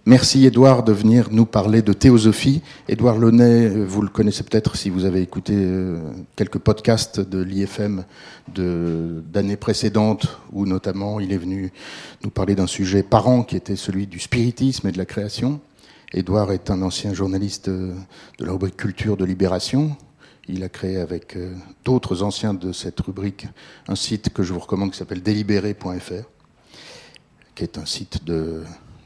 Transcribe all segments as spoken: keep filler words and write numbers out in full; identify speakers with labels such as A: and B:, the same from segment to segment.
A: Merci Édouard de venir nous parler de théosophie. Édouard Launay, vous le connaissez peut-être si vous avez écouté quelques podcasts de l'I F M de, d'années précédentes, où notamment il est venu nous parler d'un sujet parent qui était celui du spiritisme et de la création. Édouard est un ancien journaliste de la rubrique Culture de Libération. Il a créé avec d'autres anciens de cette rubrique un site que je vous recommande qui s'appelle délibéré point f r, qui est un site de...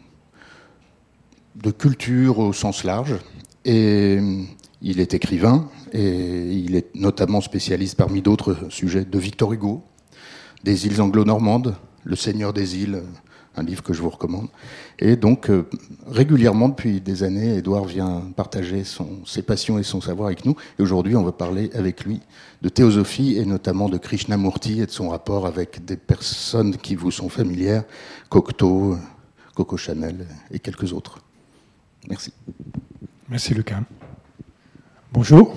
A: de culture au sens large, et il est écrivain, et il est notamment spécialiste parmi d'autres sujets de Victor Hugo, des îles anglo-normandes, Le Seigneur des îles, un livre que je vous recommande. Et donc, euh, régulièrement, depuis des années, Édouard vient partager son, ses passions et son savoir avec nous. Et aujourd'hui, on va parler avec lui de théosophie, et notamment de Krishnamurti et de son rapport avec des personnes qui vous sont familières, Cocteau, Coco Chanel et quelques autres. Merci.
B: Merci Lucas. Bonjour.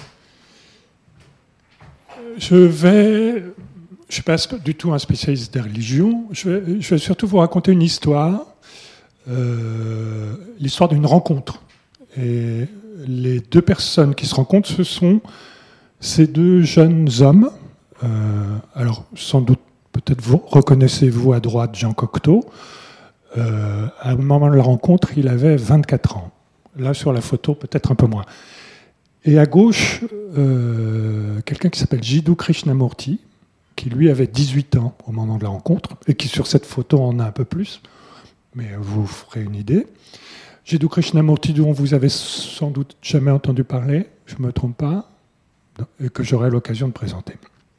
B: Je vais, je suis pas du tout un spécialiste des religions. Je vais, je vais surtout vous raconter une histoire, euh, l'histoire d'une rencontre. Et les deux personnes qui se rencontrent, ce sont ces deux jeunes hommes. Euh, alors, sans doute, peut-être vous reconnaissez-vous à droite Jean Cocteau. Euh, à un moment de la rencontre, il avait vingt-quatre ans. Là, sur la photo, peut-être un peu moins. Et à gauche, euh, quelqu'un qui s'appelle Jiddu Krishnamurti, qui lui avait dix-huit ans au moment de la rencontre, et qui sur cette photo en a un peu plus, mais vous ferez une idée. Jiddu Krishnamurti, dont vous avez sans doute jamais entendu parler, je ne me trompe pas, et que j'aurai l'occasion de présenter.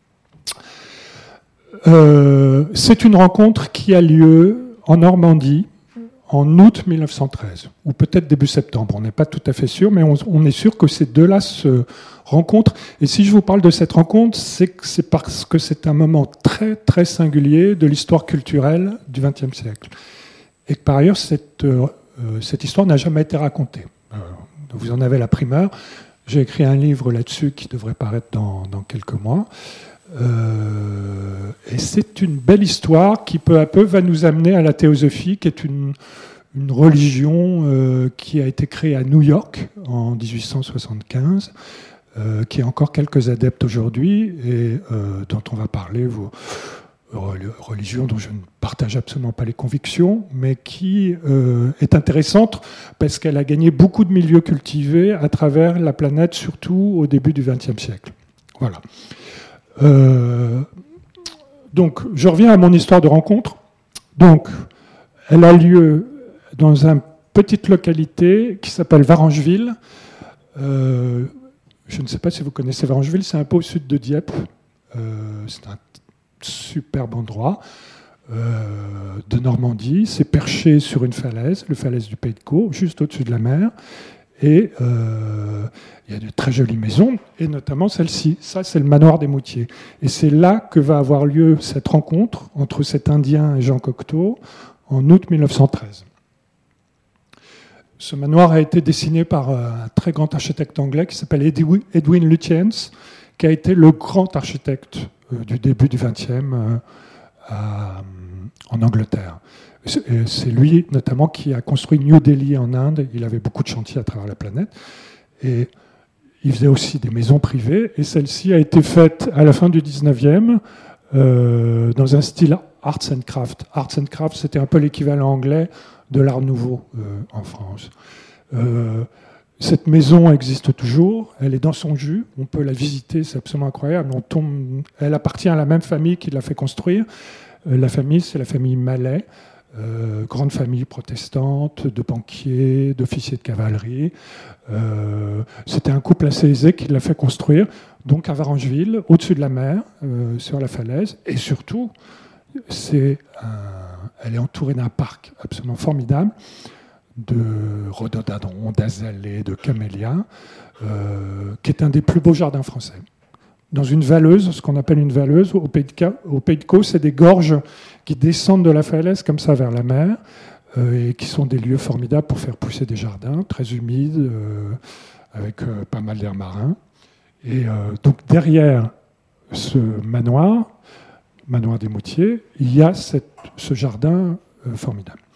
B: Euh, c'est une rencontre qui a lieu en Normandie, en août mille neuf cent treize, ou peut-être début septembre, on n'est pas tout à fait sûr, mais on, on est sûr que ces deux-là se rencontrent. Et si je vous parle de cette rencontre, c'est, que c'est parce que c'est un moment très très singulier de l'histoire culturelle du vingtième siècle. Et que par ailleurs, cette, euh, cette histoire n'a jamais été racontée. Euh, vous en avez la primeur. J'ai écrit un livre là-dessus qui devrait paraître dans, dans quelques mois. Euh, et c'est une belle histoire qui peu à peu va nous amener à la théosophie, qui est une, une religion euh, qui a été créée à New York en dix-huit cent soixante-quinze, euh, qui a encore quelques adeptes aujourd'hui et euh, dont on va parler, vous, religion dont je ne partage absolument pas les convictions, mais qui euh, est intéressante parce qu'elle a gagné beaucoup de milieux cultivés à travers la planète, surtout au début du vingtième siècle. Voilà. Euh, donc, je reviens à mon histoire de rencontre. Donc, elle a lieu dans une petite localité qui s'appelle Varengeville. Euh, je ne sais pas si vous connaissez Varengeville, c'est un peu au sud de Dieppe. Euh, c'est un superbe endroit euh, de Normandie. C'est perché sur une falaise, le falaise du Pays de Caux, juste au-dessus de la mer. Et euh, il y a de très jolies maisons, et notamment celle-ci. Ça, c'est le manoir des Moutiers. Et c'est là que va avoir lieu cette rencontre entre cet Indien et Jean Cocteau en août mille neuf cent treize. Ce manoir a été dessiné par un très grand architecte anglais qui s'appelle Edwin Lutyens, qui a été le grand architecte du début du vingtième à, en Angleterre. C'est lui notamment qui a construit New Delhi en Inde. Il avait beaucoup de chantiers à travers la planète. Et il faisait aussi des maisons privées. Et celle-ci a été faite à la fin du dix-neuvième euh, dans un style arts and craft. Arts and craft, c'était un peu l'équivalent anglais de l'art nouveau euh, en France. Euh, cette maison existe toujours. Elle est dans son jus. On peut la visiter. C'est absolument incroyable. On tombe... Elle appartient à la même famille qui l'a fait construire. Euh, la famille, c'est la famille Mallet. Euh, grande famille protestante, de banquiers, d'officiers de cavalerie. Euh, c'était un couple assez aisé qui l'a fait construire, donc à Varengeville, au-dessus de la mer, euh, sur la falaise. Et surtout, c'est un, elle est entourée d'un parc absolument formidable de rhododendrons, d'azalées, de camélias, euh, qui est un des plus beaux jardins français. Dans une valeuse, ce qu'on appelle une valeuse, au Pays de, Ca... au Pays de Caux, c'est des gorges qui descendent de la falaise comme ça vers la mer, euh, et qui sont des lieux formidables pour faire pousser des jardins, très humides, euh, avec euh, pas mal d'air marin. Et euh, donc derrière ce manoir, manoir des Moutiers, il y a cette, ce jardin euh, formidable.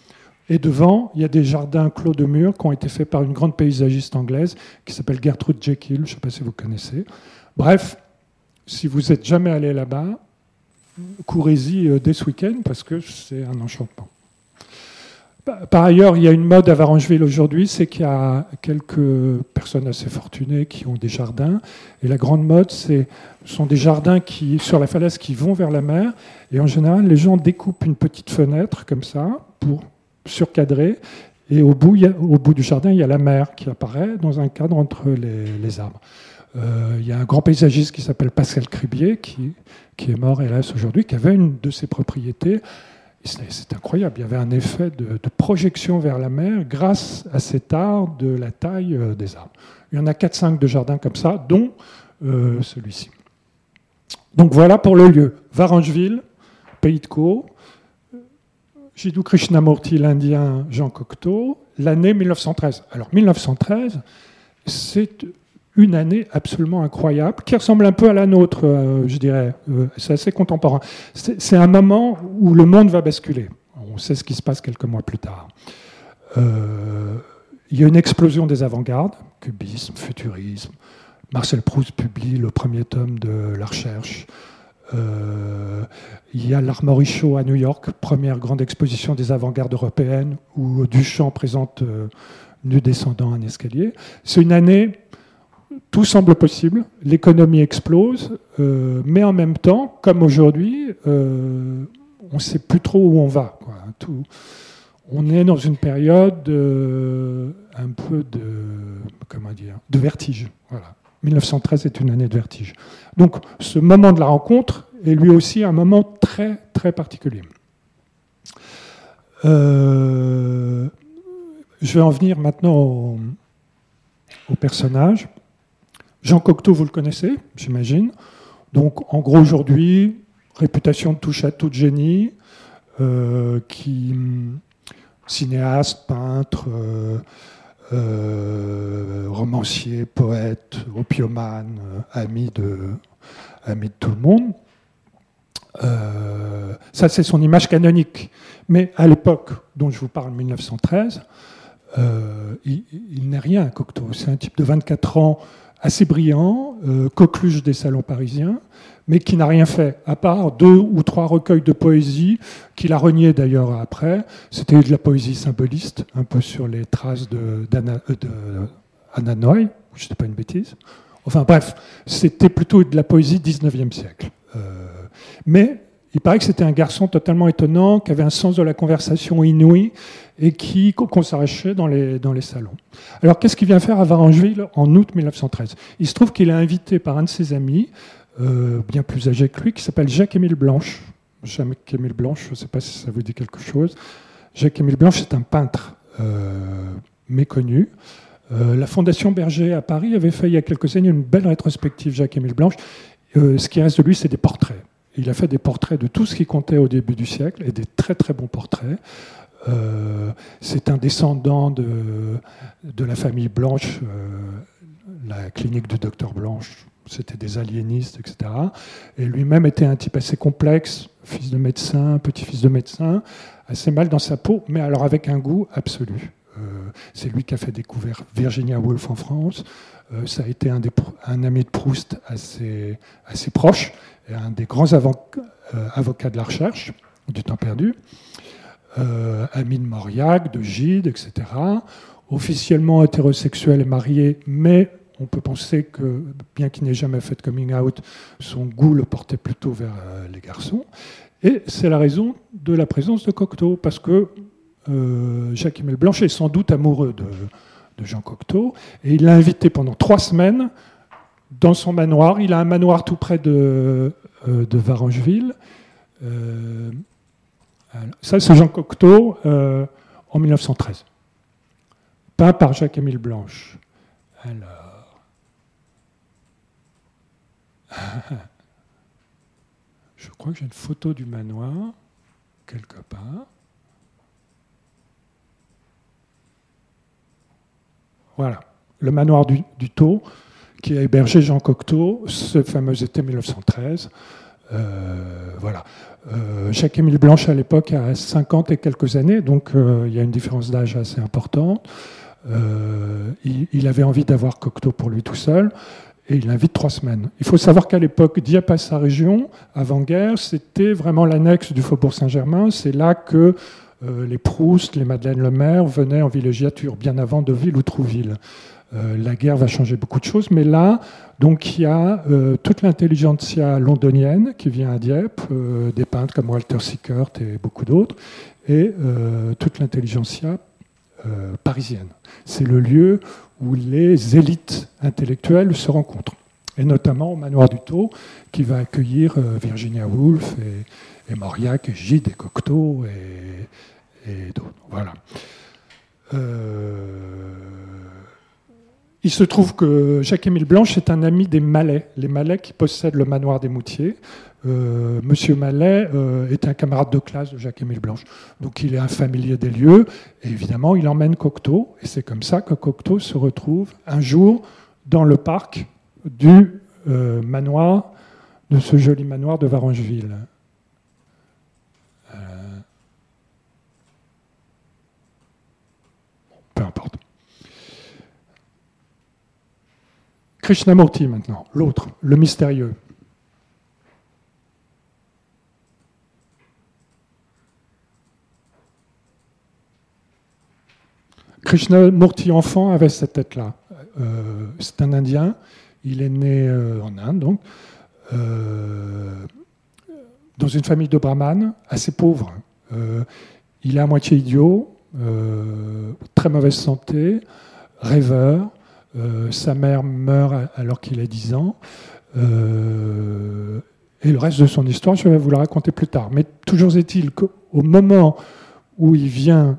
B: Et devant, il y a des jardins clos de murs qui ont été faits par une grande paysagiste anglaise qui s'appelle Gertrude Jekyll, je ne sais pas si vous connaissez. Bref, si vous n'êtes jamais allé là-bas, courez-y dès ce week-end parce que c'est un enchantement. Par ailleurs, il y a une mode à Varengeville aujourd'hui, c'est qu'il y a quelques personnes assez fortunées qui ont des jardins. Et la grande mode, c'est, ce sont des jardins qui, sur la falaise qui vont vers la mer. Et en général, les gens découpent une petite fenêtre comme ça pour surcadrer. Et au bout, il y a, au bout du jardin, il y a la mer qui apparaît dans un cadre entre les, les arbres. Euh, il y a un grand paysagiste qui s'appelle Pascal Cribier, qui, qui est mort, hélas, aujourd'hui, qui avait une de ses propriétés. C'est incroyable, il y avait un effet de, de projection vers la mer grâce à cet art de la taille euh, des arbres. Il y en a quatre cinq de jardins comme ça, dont euh, celui-ci. Donc voilà pour le lieu. Varengeville, Pays de Caux, Jiddu Krishnamurti, l'Indien Jean Cocteau, l'année mille neuf cent treize. Alors mille neuf cent treize, c'est une année absolument incroyable, qui ressemble un peu à la nôtre, euh, je dirais. Euh, c'est assez contemporain. C'est un moment où le monde va basculer. On sait ce qui se passe quelques mois plus tard. Euh, il y a une explosion des avant-gardes, cubisme, futurisme. Marcel Proust publie le premier tome de La Recherche. Euh, il y a l'Armory Show à New York, première grande exposition des avant-gardes européennes, où Duchamp présente euh, Nu descendant un escalier. C'est une année... Tout semble possible, l'économie explose, euh, mais en même temps, comme aujourd'hui, euh, on ne sait plus trop où on va, quoi. Tout, on est dans une période euh, un peu de, comment dire, de vertige. Voilà. mille neuf cent treize est une année de vertige. Donc, ce moment de la rencontre est lui aussi un moment très, très particulier. Euh, je vais en venir maintenant au, au personnage. Jean Cocteau, vous le connaissez, j'imagine. Donc, en gros, aujourd'hui, réputation de touche à tout de génie, euh, qui, cinéaste, peintre, euh, euh, romancier, poète, opiomane, euh, ami, de, ami de tout le monde. Euh, ça, c'est son image canonique. Mais à l'époque dont je vous parle, mille neuf cent treize, euh, il, il n'est rien, Cocteau. C'est un type de vingt-quatre ans, assez brillant, euh, coqueluche des salons parisiens, mais qui n'a rien fait, à part deux ou trois recueils de poésie, qu'il a renié d'ailleurs après. C'était de la poésie symboliste, un peu sur les traces de, d'Anna, euh, de Anna Noy, je ne dis pas une bêtise. Enfin bref, c'était plutôt de la poésie dix-neuvième siècle. Euh, mais il paraît que c'était un garçon totalement étonnant, qui avait un sens de la conversation inouï, et qui qu'on s'arrachait dans les, dans les salons. Alors, qu'est-ce qu'il vient faire à Varengeville en août mille neuf cent treize? Il se trouve qu'il est invité par un de ses amis, euh, bien plus âgé que lui, qui s'appelle Jacques-Émile Blanche. Jacques-Émile Blanche, je ne sais pas si ça vous dit quelque chose. Jacques-Émile Blanche est un peintre euh, méconnu. Euh, la Fondation Berger à Paris avait fait il y a quelques années une belle rétrospective Jacques-Émile Blanche. Euh, ce qui reste de lui, c'est des portraits. Il a fait des portraits de tout ce qui comptait au début du siècle, et des très très bons portraits. Euh, c'est un descendant de, de la famille Blanche, euh, la clinique du docteur Blanche, c'était des aliénistes, et cetera. Et lui-même était un type assez complexe, fils de médecin, petit-fils de médecin, assez mal dans sa peau, mais alors avec un goût absolu. Euh, c'est lui qui a fait découvrir Virginia Woolf en France. Euh, ça a été un, des, un ami de Proust assez, assez proche, et un des grands avoc, euh, avocats de la recherche, du temps perdu. Euh, ami de Mauriac, de Gide, et cetera. Officiellement hétérosexuel et marié, mais on peut penser que, bien qu'il n'ait jamais fait de coming out, son goût le portait plutôt vers euh, les garçons. Et c'est la raison de la présence de Cocteau, parce que euh, Jacques-Émile Blanche est sans doute amoureux de, de Jean Cocteau, et il l'a invité pendant trois semaines dans son manoir. Il a un manoir tout près de, euh, de Varengeville. Euh, Ça, c'est Jean Cocteau euh, en mille neuf cent treize, peint par Jacques-Émile Blanche. Alors, je crois que j'ai une photo du manoir quelque part. Voilà, le manoir du, du Tau qui a hébergé Jean Cocteau ce fameux été mille neuf cent treize. Euh, voilà. Euh, Jacques-Émile Blanche, à l'époque, a cinquante et quelques années, donc euh, il y a une différence d'âge assez importante. Euh, il, il avait envie d'avoir Cocteau pour lui tout seul, et il invite trois semaines. Il faut savoir qu'à l'époque, Dieppe à sa région, avant-guerre, c'était vraiment l'annexe du Faubourg Saint-Germain. C'est là que euh, les Proust, les Madeleine Le Maire venaient en villégiature, bien avant Deauville ou Trouville. Euh, la guerre va changer beaucoup de choses, mais là, donc, il y a euh, toute l'intelligentsia londonienne qui vient à Dieppe, euh, des peintres comme Walter Sickert et beaucoup d'autres, et euh, toute l'intelligentsia euh, parisienne. C'est le lieu où les élites intellectuelles se rencontrent, et notamment au Manoir du Tau, qui va accueillir euh, Virginia Woolf et, et Mauriac et Gide et Cocteau et, et d'autres. Voilà. Euh... Il se trouve que Jacques-Émile Blanche est un ami des Mallet, les Mallet qui possèdent le manoir des Moutiers. Euh, Monsieur Mallet euh, est un camarade de classe de Jacques-Émile Blanche, donc il est un familier des lieux, et évidemment il emmène Cocteau, et c'est comme ça que Cocteau se retrouve un jour dans le parc du euh, manoir, de ce joli manoir de Varengeville. Euh... Peu importe. Krishnamurti maintenant, l'autre, le mystérieux. Krishnamurti enfant avait cette tête-là. Euh, c'est un Indien, il est né euh, en Inde, donc, euh, dans une famille de brahmanes assez pauvre. Euh, il est à moitié idiot, euh, très mauvaise santé, rêveur. Euh, sa mère meurt alors qu'il a dix ans. Euh, et le reste de son histoire, je vais vous la raconter plus tard. Mais toujours est-il qu'au moment où il vient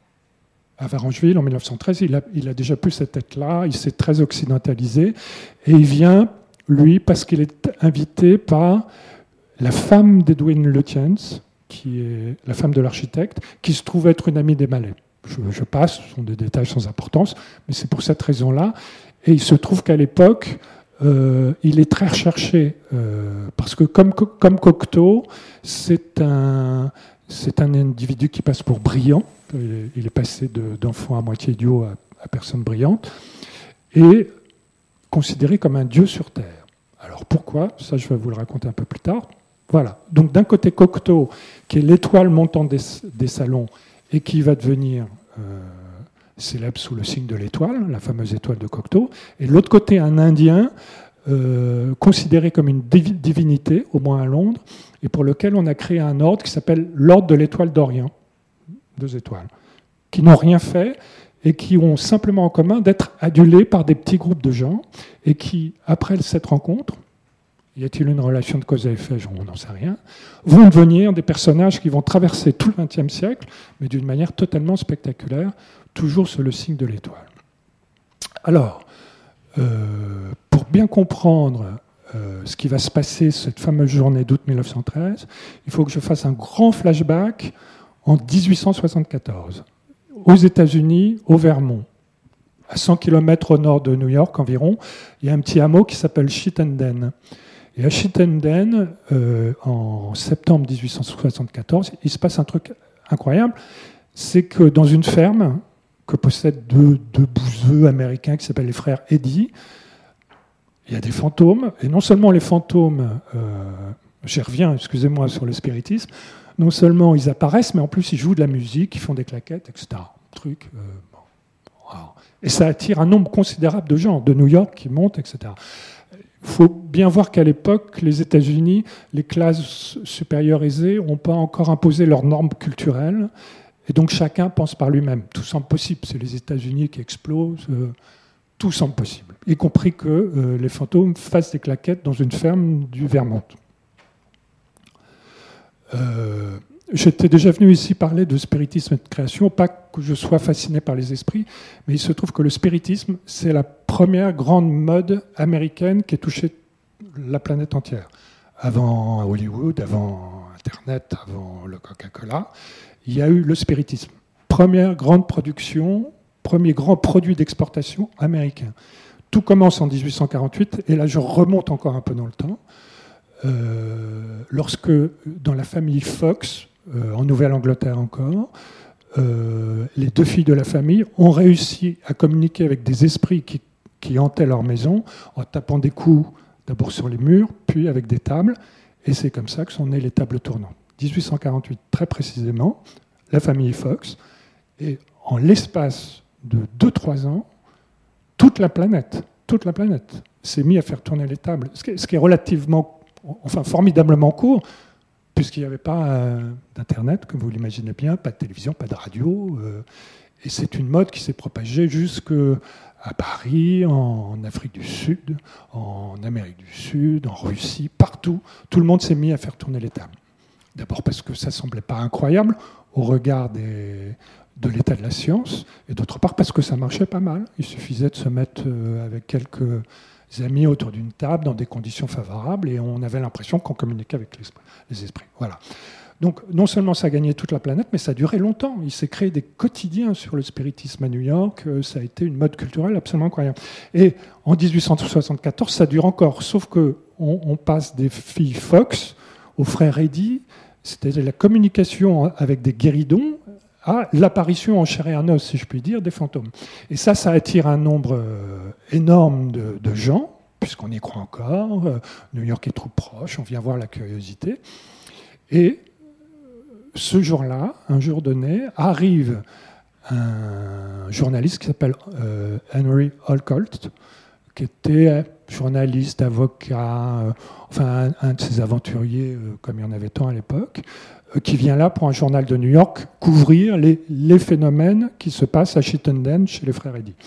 B: à Varengeville, en mille neuf cent treize, il a, il a déjà plus cette tête-là, il s'est très occidentalisé, et il vient, lui, parce qu'il est invité par la femme d'Edwin Lutyens, qui est la femme de l'architecte, qui se trouve être une amie des Mallet. Je, je passe, ce sont des détails sans importance, mais c'est pour cette raison-là. Et il se trouve qu'à l'époque, euh, il est très recherché, euh, parce que comme, comme Cocteau, c'est un, c'est un individu qui passe pour brillant. Il est passé de, d'enfant à moitié idiot à, à personne brillante, et considéré comme un dieu sur Terre. Alors pourquoi ? Ça, je vais vous le raconter un peu plus tard. Voilà. Donc d'un côté, Cocteau, qui est l'étoile montante des, des salons, et qui va devenir euh, célèbre sous le signe de l'étoile, la fameuse étoile de Cocteau, et de l'autre côté, un Indien euh, considéré comme une divinité, au moins à Londres, et pour lequel on a créé un ordre qui s'appelle l'ordre de l'étoile d'Orient, deux étoiles, qui n'ont rien fait et qui ont simplement en commun d'être adulés par des petits groupes de gens, et qui, après cette rencontre, y a-t-il une relation de cause à effet ? On n'en sait rien. Vont devenir des personnages qui vont traverser tout le vingtième siècle, mais d'une manière totalement spectaculaire, toujours sous le signe de l'étoile. Alors, euh, pour bien comprendre euh, ce qui va se passer cette fameuse journée d'août mille neuf cent treize, il faut que je fasse un grand flashback en dix-huit cent soixante-quatorze, aux États-Unis, au Vermont. À cent kilomètres au nord de New York environ, il y a un petit hameau qui s'appelle Chittenden. Et à Chittenden, euh, en septembre dix-huit cent soixante-quatorze, il se passe un truc incroyable, c'est que dans une ferme que possèdent deux, deux bouseux américains qui s'appellent les frères Eddy, il y a des fantômes, et non seulement les fantômes, euh, j'y reviens, excusez-moi, sur le spiritisme, non seulement ils apparaissent, mais en plus ils jouent de la musique, ils font des claquettes, et cetera. Truc, euh, bon. Wow. Et ça attire un nombre considérable de gens, de New York qui montent, et cetera. Il faut bien voir qu'à l'époque, les États-Unis, les classes supérieures aisées n'ont pas encore imposé leurs normes culturelles, et donc chacun pense par lui-même. Tout semble possible. C'est les États-Unis qui explosent. Euh, tout semble possible, y compris que euh, les fantômes fassent des claquettes dans une ferme du Vermont. Euh, J'étais déjà venu ici parler de spiritisme et de création, pas que je sois fasciné par les esprits, mais il se trouve que le spiritisme, c'est la première grande mode américaine qui a touché la planète entière. Avant Hollywood, avant Internet, avant le Coca-Cola, il y a eu le spiritisme. Première grande production, premier grand produit d'exportation américain. Tout commence en dix-huit cent quarante-huit, et là je remonte encore un peu dans le temps. euh, lorsque, dans la famille Fox, euh, en Nouvelle-Angleterre encore, euh, les deux filles de la famille ont réussi à communiquer avec des esprits qui, qui hantaient leur maison en tapant des coups d'abord sur les murs, puis avec des tables, et c'est comme ça que sont nées les tables tournantes. dix-huit cent quarante-huit, très précisément, la famille Fox, et en l'espace de deux trois ans, toute la planète, toute la planète s'est mise à faire tourner les tables, ce qui est, ce qui est relativement, enfin formidablement court, puisqu'il n'y avait pas euh, d'Internet, comme vous l'imaginez bien, pas de télévision, pas de radio, euh, et c'est une mode qui s'est propagée jusqu'à Paris, en Afrique du Sud, en Amérique du Sud, en Russie, partout, tout le monde s'est mis à faire tourner les tables. D'abord parce que ça ne semblait pas incroyable au regard des, de l'état de la science, et d'autre part parce que ça marchait pas mal. Il suffisait de se mettre avec quelques amis autour d'une table dans des conditions favorables, et on avait l'impression qu'on communiquait avec les esprits. Voilà. Donc non seulement ça a gagné toute la planète, mais ça a duré longtemps. Il s'est créé des quotidiens sur le spiritisme à New York. Ça a été une mode culturelle absolument incroyable. Et en dix-huit cent soixante-quatorze, ça dure encore, sauf qu'on on passe des filles Fox aux frères Eddy, c'était la communication avec des guéridons, à l'apparition en chair et en os, si je puis dire, des fantômes. Et ça, ça attire un nombre énorme de, de gens, puisqu'on y croit encore. New York est trop proche, on vient voir la curiosité. Et ce jour-là, un jour donné, arrive un journaliste qui s'appelle euh, Henry Olcott, qui était journaliste, avocat, euh, enfin un, un de ces aventuriers, euh, comme il y en avait tant à l'époque, euh, qui vient là pour un journal de New York couvrir les, les phénomènes qui se passent à Chittenden chez les frères Eddy.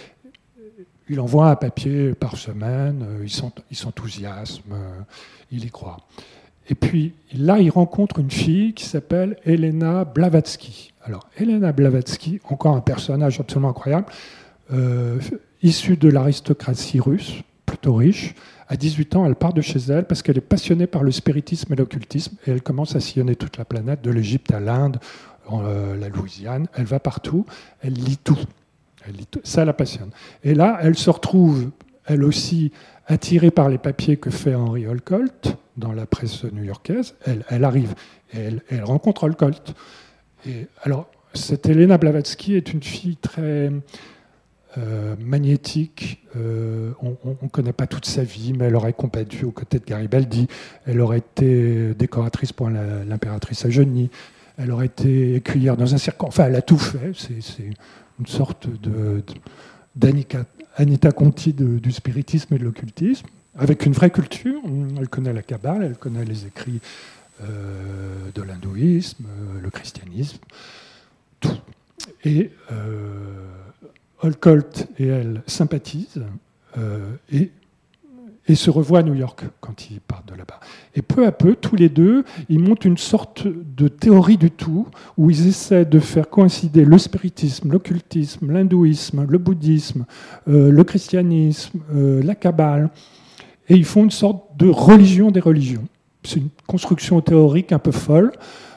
B: Il envoie un papier par semaine, euh, il, sont, il s'enthousiasme, euh, il y croit. Et puis là, il rencontre une fille qui s'appelle Helena Blavatsky. Alors, Helena Blavatsky, encore un personnage absolument incroyable, euh, issue de l'aristocratie russe, plutôt riche. À dix-huit ans, elle part de chez elle parce qu'elle est passionnée par le spiritisme et l'occultisme, et elle commence à sillonner toute la planète, de l'Égypte à l'Inde, euh, la Louisiane. Elle va partout, elle lit tout. Elle lit tout. Ça la passionne. Et là, elle se retrouve, elle aussi, attirée par les papiers que fait Henry Olcott dans la presse new-yorkaise. Elle, elle arrive et elle, elle rencontre Olcott. Et alors, cette Helena Blavatsky est une fille très euh, magnétique. Euh, on ne connaît pas toute sa vie, mais elle aurait combattu aux côtés de Garibaldi. Elle aurait été décoratrice pour la, l'impératrice Eugénie. Elle aurait été écuyère dans un cirque. Enfin, elle a tout fait. C'est, c'est une sorte de, de, d'Anita Anita Conti de, du spiritisme et de l'occultisme, avec une vraie culture. Elle connaît la Kabbale, elle connaît les écrits euh, de l'hindouisme, euh, le christianisme, tout. Et euh, Olcott et elle sympathisent euh, et, et se revoient à New York quand ils partent de là-bas. Et peu à peu, tous les deux, ils montent une sorte de théorie du tout, où ils essaient de faire coïncider le spiritisme, l'occultisme, l'hindouisme, le bouddhisme, euh, le christianisme, euh, la Kabbale, et ils font une sorte de religion des religions. C'est une construction théorique un peu folle,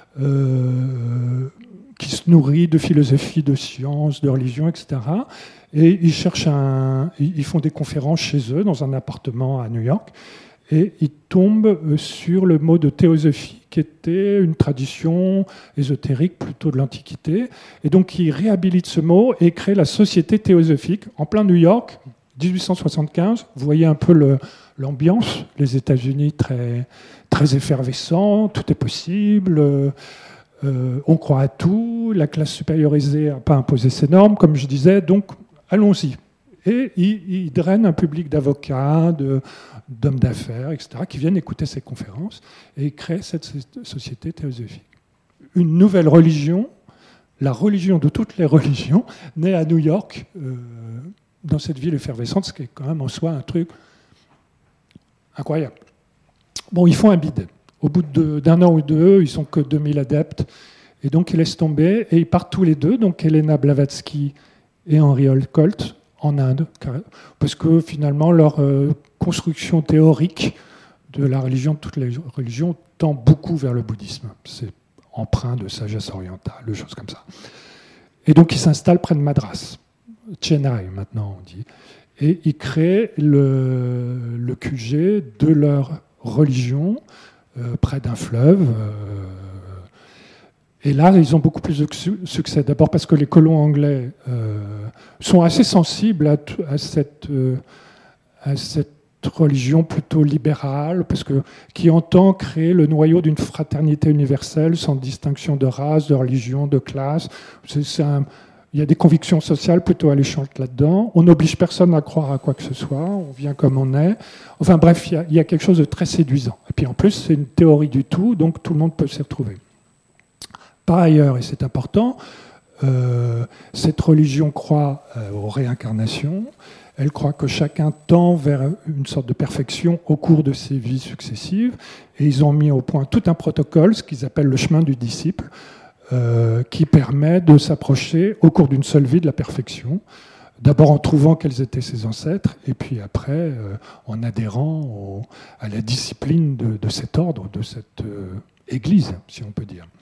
B: euh, qui se nourrit de philosophie, de sciences, de religion, et cetera. Et ils cherchent un, ils font des conférences chez eux dans un appartement à New York, et ils tombent sur le mot de théosophie, qui était une tradition ésotérique plutôt de l'Antiquité. Et donc ils réhabilitent ce mot et créent la Société théosophique en plein New York, dix-huit cent soixante-quinze. Vous voyez un peu le, l'ambiance, les États-Unis très, très effervescents, tout est possible. Euh, on croit à tout, la classe supérieure aisée n'a pas imposé ses normes, comme je disais, donc allons-y. Et il, il draine un public d'avocats, de, d'hommes d'affaires, et cetera, qui viennent écouter ces conférences, et il crée cette société théosophique. Une nouvelle religion, la religion de toutes les religions, naît à New York, euh, dans cette ville effervescente, ce qui est quand même en soi un truc incroyable. Bon, ils font un bid. Au bout de, d'un an ou deux, ils sont que deux mille adeptes. Et donc, ils laissent tomber. Et ils partent tous les deux, donc Helena Blavatsky et Henry Olcott, en Inde. Parce que finalement, leur euh, construction théorique de la religion, de toutes les religions, tend beaucoup vers le bouddhisme. C'est empreint de sagesse orientale, de choses comme ça. Et donc, ils s'installent près de Madras. Chennai, maintenant, on dit. Et ils créent le, le Q G de leur religion euh, près d'un fleuve. Euh, et là, ils ont beaucoup plus de su- succès. D'abord parce que les colons anglais euh, sont assez sensibles à, t- à, cette, euh, à cette religion plutôt libérale, parce que, qui entend créer le noyau d'une fraternité universelle sans distinction de race, de religion, de classe. C'est, c'est un, il y a des convictions sociales plutôt alléchantes là-dedans. On n'oblige personne à croire à quoi que ce soit. On vient comme on est. Enfin bref, il y a, il y a quelque chose de très séduisant. Et puis en plus, c'est une théorie du tout, donc tout le monde peut s'y retrouver. Par ailleurs, et c'est important, euh, cette religion croit euh, aux réincarnations. Elle croit que chacun tend vers une sorte de perfection au cours de ses vies successives. Et ils ont mis au point tout un protocole, ce qu'ils appellent le chemin du disciple, euh, qui permet de s'approcher au cours d'une seule vie de la perfection. D'abord en trouvant quels étaient ses ancêtres, et puis après euh, en adhérant au, à la discipline de, de cet ordre, de cette euh, église, si on peut dire.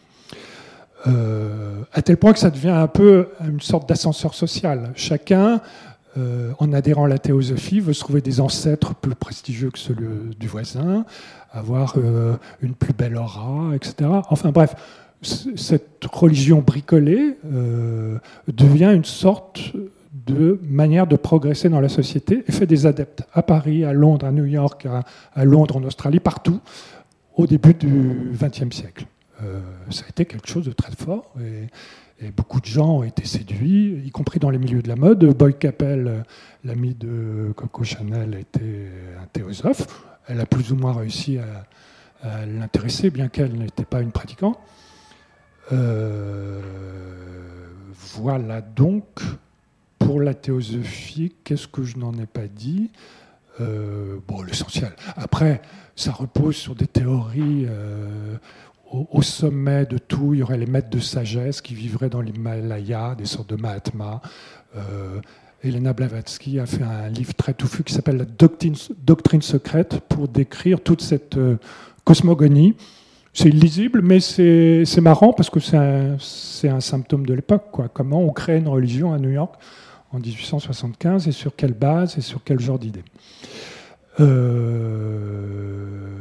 B: Euh, à tel point que ça devient un peu une sorte d'ascenseur social. Chacun, euh, en adhérant à la théosophie, veut se trouver des ancêtres plus prestigieux que ceux du voisin, avoir euh, une plus belle aura, et cetera. Enfin bref, c- cette religion bricolée euh, devient une sorte de manière de progresser dans la société et fait des adeptes à Paris, à Londres, à New York, à, à Londres, en Australie, partout, au début du vingtième siècle. Euh, ça a été quelque chose de très fort et, et beaucoup de gens ont été séduits, y compris dans les milieux de la mode. Boy Capel, l'ami de Coco Chanel, était un théosophe. Elle a plus ou moins réussi à, à l'intéresser, bien qu'elle n'était pas une pratiquante. Euh, voilà donc pour la théosophie. Qu'est-ce que je n'en ai pas dit ? euh, Bon, l'essentiel. Après, ça repose sur des théories. Euh, Au sommet de tout, il y aurait les maîtres de sagesse qui vivraient dans l'Himalaya, des sortes de Mahatmas. Euh, Elena Blavatsky a fait un livre très touffu qui s'appelle La doctrine, doctrine secrète pour décrire toute cette euh, cosmogonie. C'est illisible, mais c'est, c'est marrant parce que c'est un, c'est un symptôme de l'époque, quoi. Comment on crée une religion à New York en dix-huit cent soixante-quinze et sur quelle base et sur quel genre d'idée. Euh...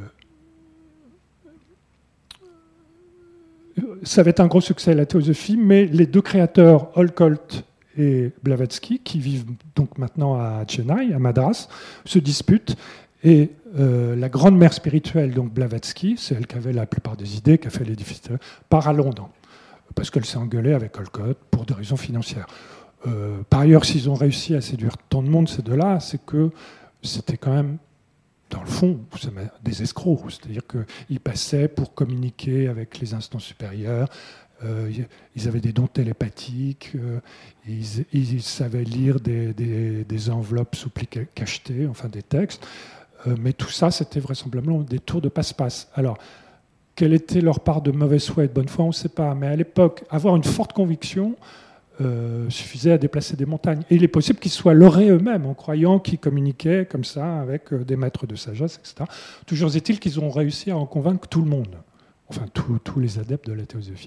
B: Ça va être un gros succès, la théosophie, mais les deux créateurs, Olcott et Blavatsky, qui vivent donc maintenant à Chennai, à Madras, se disputent. Et euh, la grande mère spirituelle, donc Blavatsky, c'est elle qui avait la plupart des idées, qui a fait l'édifice, part à Londres, parce qu'elle s'est engueulée avec Olcott pour des raisons financières. Euh, par ailleurs, s'ils ont réussi à séduire tant de monde, ces deux-là, c'est que c'était quand même, dans le fond, des escrocs. C'est-à-dire qu'ils passaient pour communiquer avec les instances supérieures. Euh, ils avaient des dons télépathiques. Euh, ils, ils savaient lire des, des, des enveloppes soupli cachetées, enfin des textes. Euh, mais tout ça, c'était vraisemblablement des tours de passe-passe. Alors, quelle était leur part de mauvaise foi et de bonne foi, on ne sait pas. Mais à l'époque, avoir une forte conviction Euh, suffisait à déplacer des montagnes. Et il est possible qu'ils soient leurrés eux-mêmes en croyant qu'ils communiquaient comme ça avec euh, des maîtres de sagesse, et cetera. Toujours est-il qu'ils ont réussi à en convaincre tout le monde, enfin tous les adeptes de la théosophie.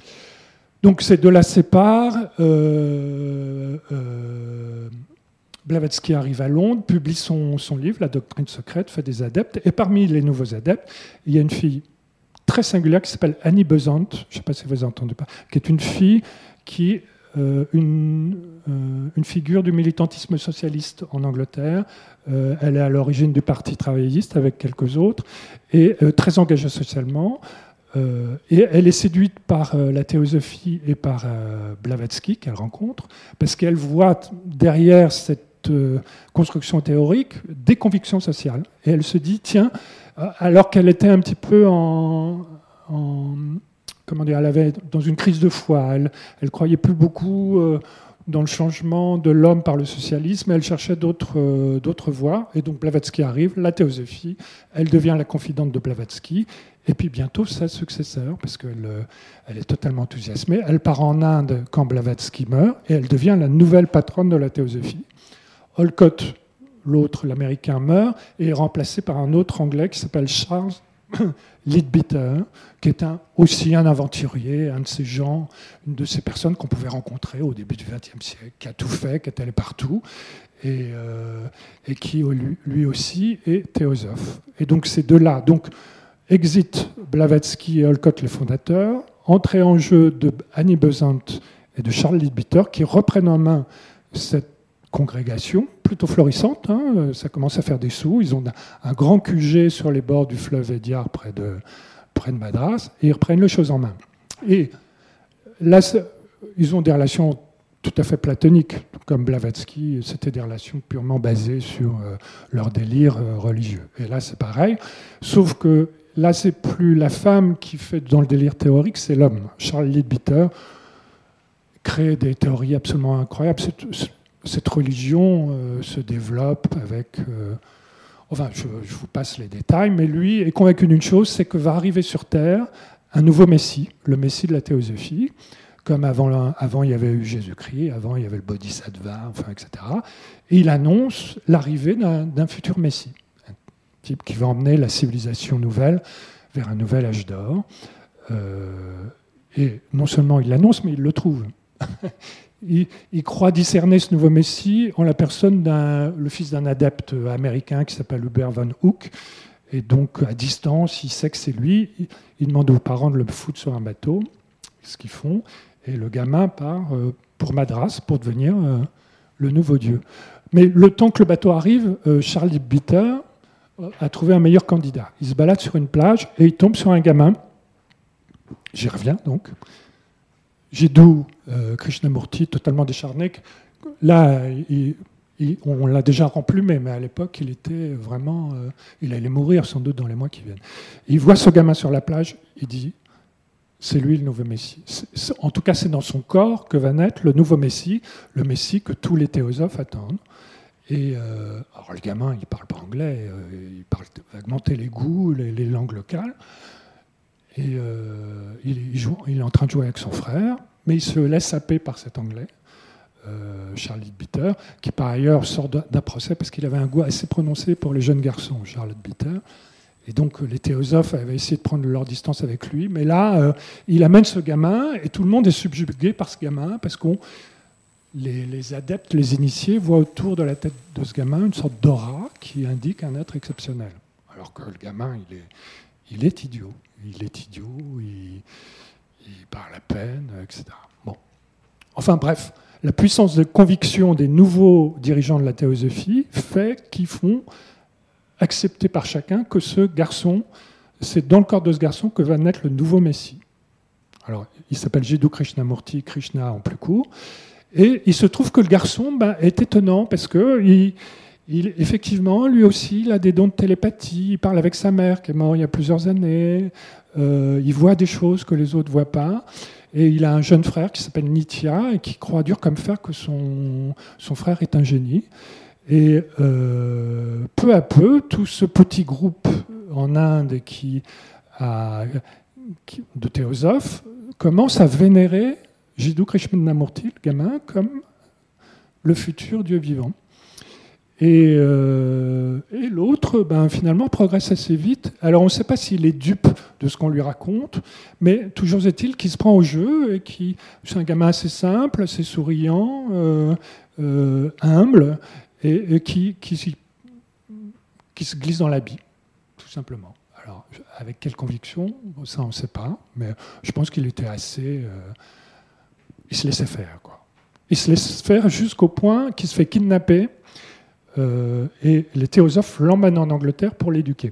B: Donc ces deux-là se séparent. Euh, euh, Blavatsky arrive à Londres, publie son, son livre, La doctrine secrète, fait des adeptes. Et parmi les nouveaux adeptes, il y a une fille très singulière qui s'appelle Annie Besant, je ne sais pas si vous avez entendu parler, qui est une fille qui Euh, une, euh, une figure du militantisme socialiste en Angleterre. Euh, elle est à l'origine du Parti travailliste avec quelques autres et euh, très engagée socialement. Euh, et elle est séduite par euh, la théosophie et par euh, Blavatsky qu'elle rencontre parce qu'elle voit derrière cette euh, construction théorique des convictions sociales. Et elle se dit, tiens, alors qu'elle était un petit peu en... en Comment dire, elle avait dans une crise de foi. Elle, elle croyait plus beaucoup euh, dans le changement de l'homme par le socialisme. Elle cherchait d'autres, euh, d'autres voies. Et donc Blavatsky arrive, la théosophie. Elle devient la confidente de Blavatsky. Et puis bientôt sa successeur, parce qu'elle euh, elle est totalement enthousiasmée. Elle part en Inde quand Blavatsky meurt et elle devient la nouvelle patronne de la théosophie. Olcott, l'autre, l'américain, meurt et est remplacé par un autre anglais qui s'appelle Charles Leadbeater, qui est un, aussi un aventurier, un de ces gens, une de ces personnes qu'on pouvait rencontrer au début du vingtième siècle, qui a tout fait, qui est allé partout, et, euh, et qui lui, lui aussi est théosophe. Et donc ces deux-là, donc exit Blavatsky et Olcott les fondateurs, entrée en jeu de Annie Besant et de Charles Leadbeater, qui reprennent en main cette congrégation plutôt florissante, hein, ça commence à faire des sous, ils ont un grand Q G sur les bords du fleuve Edyar près de, près de Madras, et ils reprennent les choses en main. Et là, ils ont des relations tout à fait platoniques, comme Blavatsky, c'était des relations purement basées sur euh, leur délire euh, religieux. Et là, c'est pareil, sauf que là, c'est plus la femme qui fait dans le délire théorique, c'est l'homme. Charles Leadbeater crée des théories absolument incroyables. C'est, cette religion euh, se développe avec... Euh, enfin, je, je vous passe les détails, mais lui est convaincu d'une chose, c'est que va arriver sur Terre un nouveau Messie, le Messie de la théosophie, comme avant, avant il y avait eu Jésus-Christ, avant il y avait le Bodhisattva, enfin, et cetera. Et il annonce l'arrivée d'un, d'un futur Messie, un type qui va emmener la civilisation nouvelle vers un nouvel âge d'or. Euh, et non seulement il l'annonce, mais il le trouve. Il, il croit discerner ce nouveau Messie en la personne d'un le fils d'un adepte américain qui s'appelle Hubert Van Hook. Et donc, à distance, il sait que c'est lui. Il demande aux parents de le foutre sur un bateau, ce qu'ils font. Et le gamin part euh, pour Madras, pour devenir euh, le nouveau dieu. Mais le temps que le bateau arrive, euh, Charles Leadbeater a trouvé un meilleur candidat. Il se balade sur une plage et il tombe sur un gamin. J'y reviens donc. Jiddu euh, Krishnamurti, totalement décharné. Là, il, il, on l'a déjà remplumé, mais à l'époque, il était vraiment... Euh, il allait mourir sans doute dans les mois qui viennent. Il voit ce gamin sur la plage, il dit, c'est lui le nouveau Messie. C'est, c'est, en tout cas, c'est dans son corps que va naître le nouveau Messie, le Messie que tous les théosophes attendent. Et euh, alors le gamin, il ne parle pas anglais, euh, il parle vaguement télougou, les, les langues locales. Et euh, il, il, joue, il est en train de jouer avec son frère, mais il se laisse happer par cet anglais, euh, Charles Leadbeater, qui par ailleurs sort d'un procès parce qu'il avait un goût assez prononcé pour les jeunes garçons, Charles Leadbeater. Et donc les théosophes avaient essayé de prendre leur distance avec lui, mais là, euh, il amène ce gamin et tout le monde est subjugué par ce gamin parce que les, les adeptes, les initiés voient autour de la tête de ce gamin une sorte d'aura qui indique un être exceptionnel. Alors que le gamin, il est, il est idiot. Il est idiot, il, il parle à peine, et cetera. Bon. Enfin bref, la puissance de conviction des nouveaux dirigeants de la théosophie fait qu'ils font accepter par chacun que ce garçon, c'est dans le corps de ce garçon que va naître le nouveau Messie. Alors, il s'appelle Jiddu Krishnamurti, Krishna en plus court, et il se trouve que le garçon ben, est étonnant parce que il, Il, effectivement, lui aussi, il a des dons de télépathie. Il parle avec sa mère, qui est morte il y a plusieurs années. Euh, il voit des choses que les autres ne voient pas. Et il a un jeune frère qui s'appelle Nitya et qui croit dur comme fer que son, son frère est un génie. Et euh, peu à peu, tout ce petit groupe en Inde qui a, qui, de théosophes commence à vénérer Jiddu Krishnamurti, le gamin, comme le futur Dieu vivant. Et, euh, et l'autre, ben, finalement, progresse assez vite. Alors, on ne sait pas s'il est dupe de ce qu'on lui raconte, mais toujours est-il qu'il se prend au jeu et qui, c'est un gamin assez simple, assez souriant, euh, euh, humble, et, et qui, qui, qui se glisse dans l'habit, tout simplement. Alors, avec quelle conviction, ça, on ne sait pas, mais je pense qu'il était assez... Euh, il se laissait faire, quoi. Il se laisse faire jusqu'au point qu'il se fait kidnapper. Euh, et les théosophes l'emmènent en Angleterre pour l'éduquer.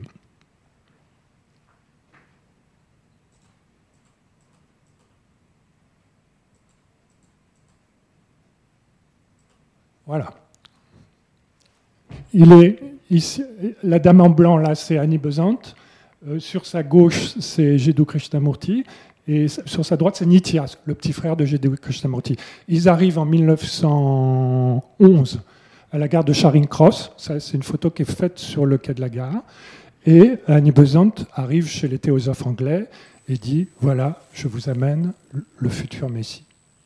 B: Voilà. Il est ici, la dame en blanc, là, c'est Annie Besant. Euh, sur sa gauche, c'est Jiddu Krishnamurti. Et sur sa droite, c'est Nitya, le petit frère de Jiddu Krishnamurti. Ils arrivent en mille neuf cent onze à la gare de Charing Cross. Ça, c'est une photo qui est faite sur le quai de la gare. Et Annie Besant arrive chez les théosophes anglais et dit « Voilà, je vous amène le futur Messie ».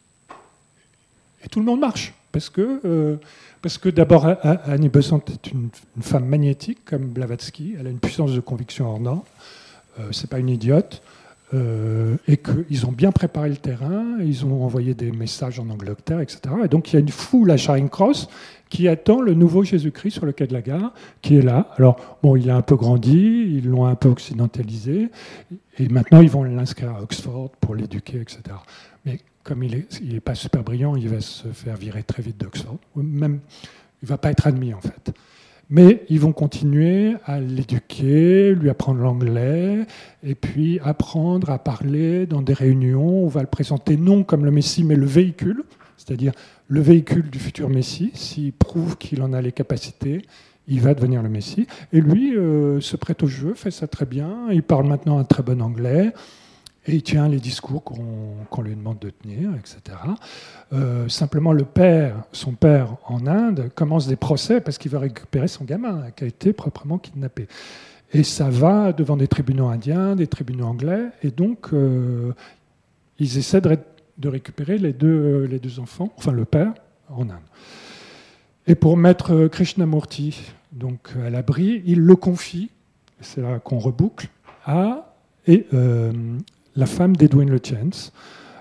B: Et tout le monde marche, parce que, euh, parce que d'abord, Annie Besant est une, une femme magnétique, comme Blavatsky. Elle a une puissance de conviction hors norme. euh, c'est pas une idiote, euh, et qu'ils ont bien préparé le terrain, ils ont envoyé des messages en Angleterre, et cetera. Et donc il y a une foule à Charing Cross qui attend le nouveau Jésus-Christ sur le quai de la gare, qui est là. Alors, bon, il a un peu grandi, ils l'ont un peu occidentalisé, et maintenant ils vont l'inscrire à Oxford pour l'éduquer, et cetera. Mais comme il n'est il est pas super brillant, il va se faire virer très vite d'Oxford. Même, il ne va pas être admis, en fait. Mais ils vont continuer à l'éduquer, lui apprendre l'anglais, et puis apprendre à parler dans des réunions. On va le présenter non comme le Messie, mais le véhicule, c'est-à-dire le véhicule du futur Messie. S'il prouve qu'il en a les capacités, il va devenir le Messie. Et lui euh, se prête au jeu, fait ça très bien. Il parle maintenant un très bon anglais. Et il tient les discours qu'on, qu'on lui demande de tenir, et cetera. Euh, simplement, le père, son père en Inde, commence des procès parce qu'il veut récupérer son gamin qui a été proprement kidnappé. Et ça va devant des tribunaux indiens, des tribunaux anglais, et donc euh, ils essaient de, ré- de récupérer les deux, les deux enfants, enfin le père, en Inde. Et pour mettre Krishnamurti donc, à l'abri, il le confie, c'est là qu'on reboucle, à... Et, euh, la femme d'Edwin Lutyens,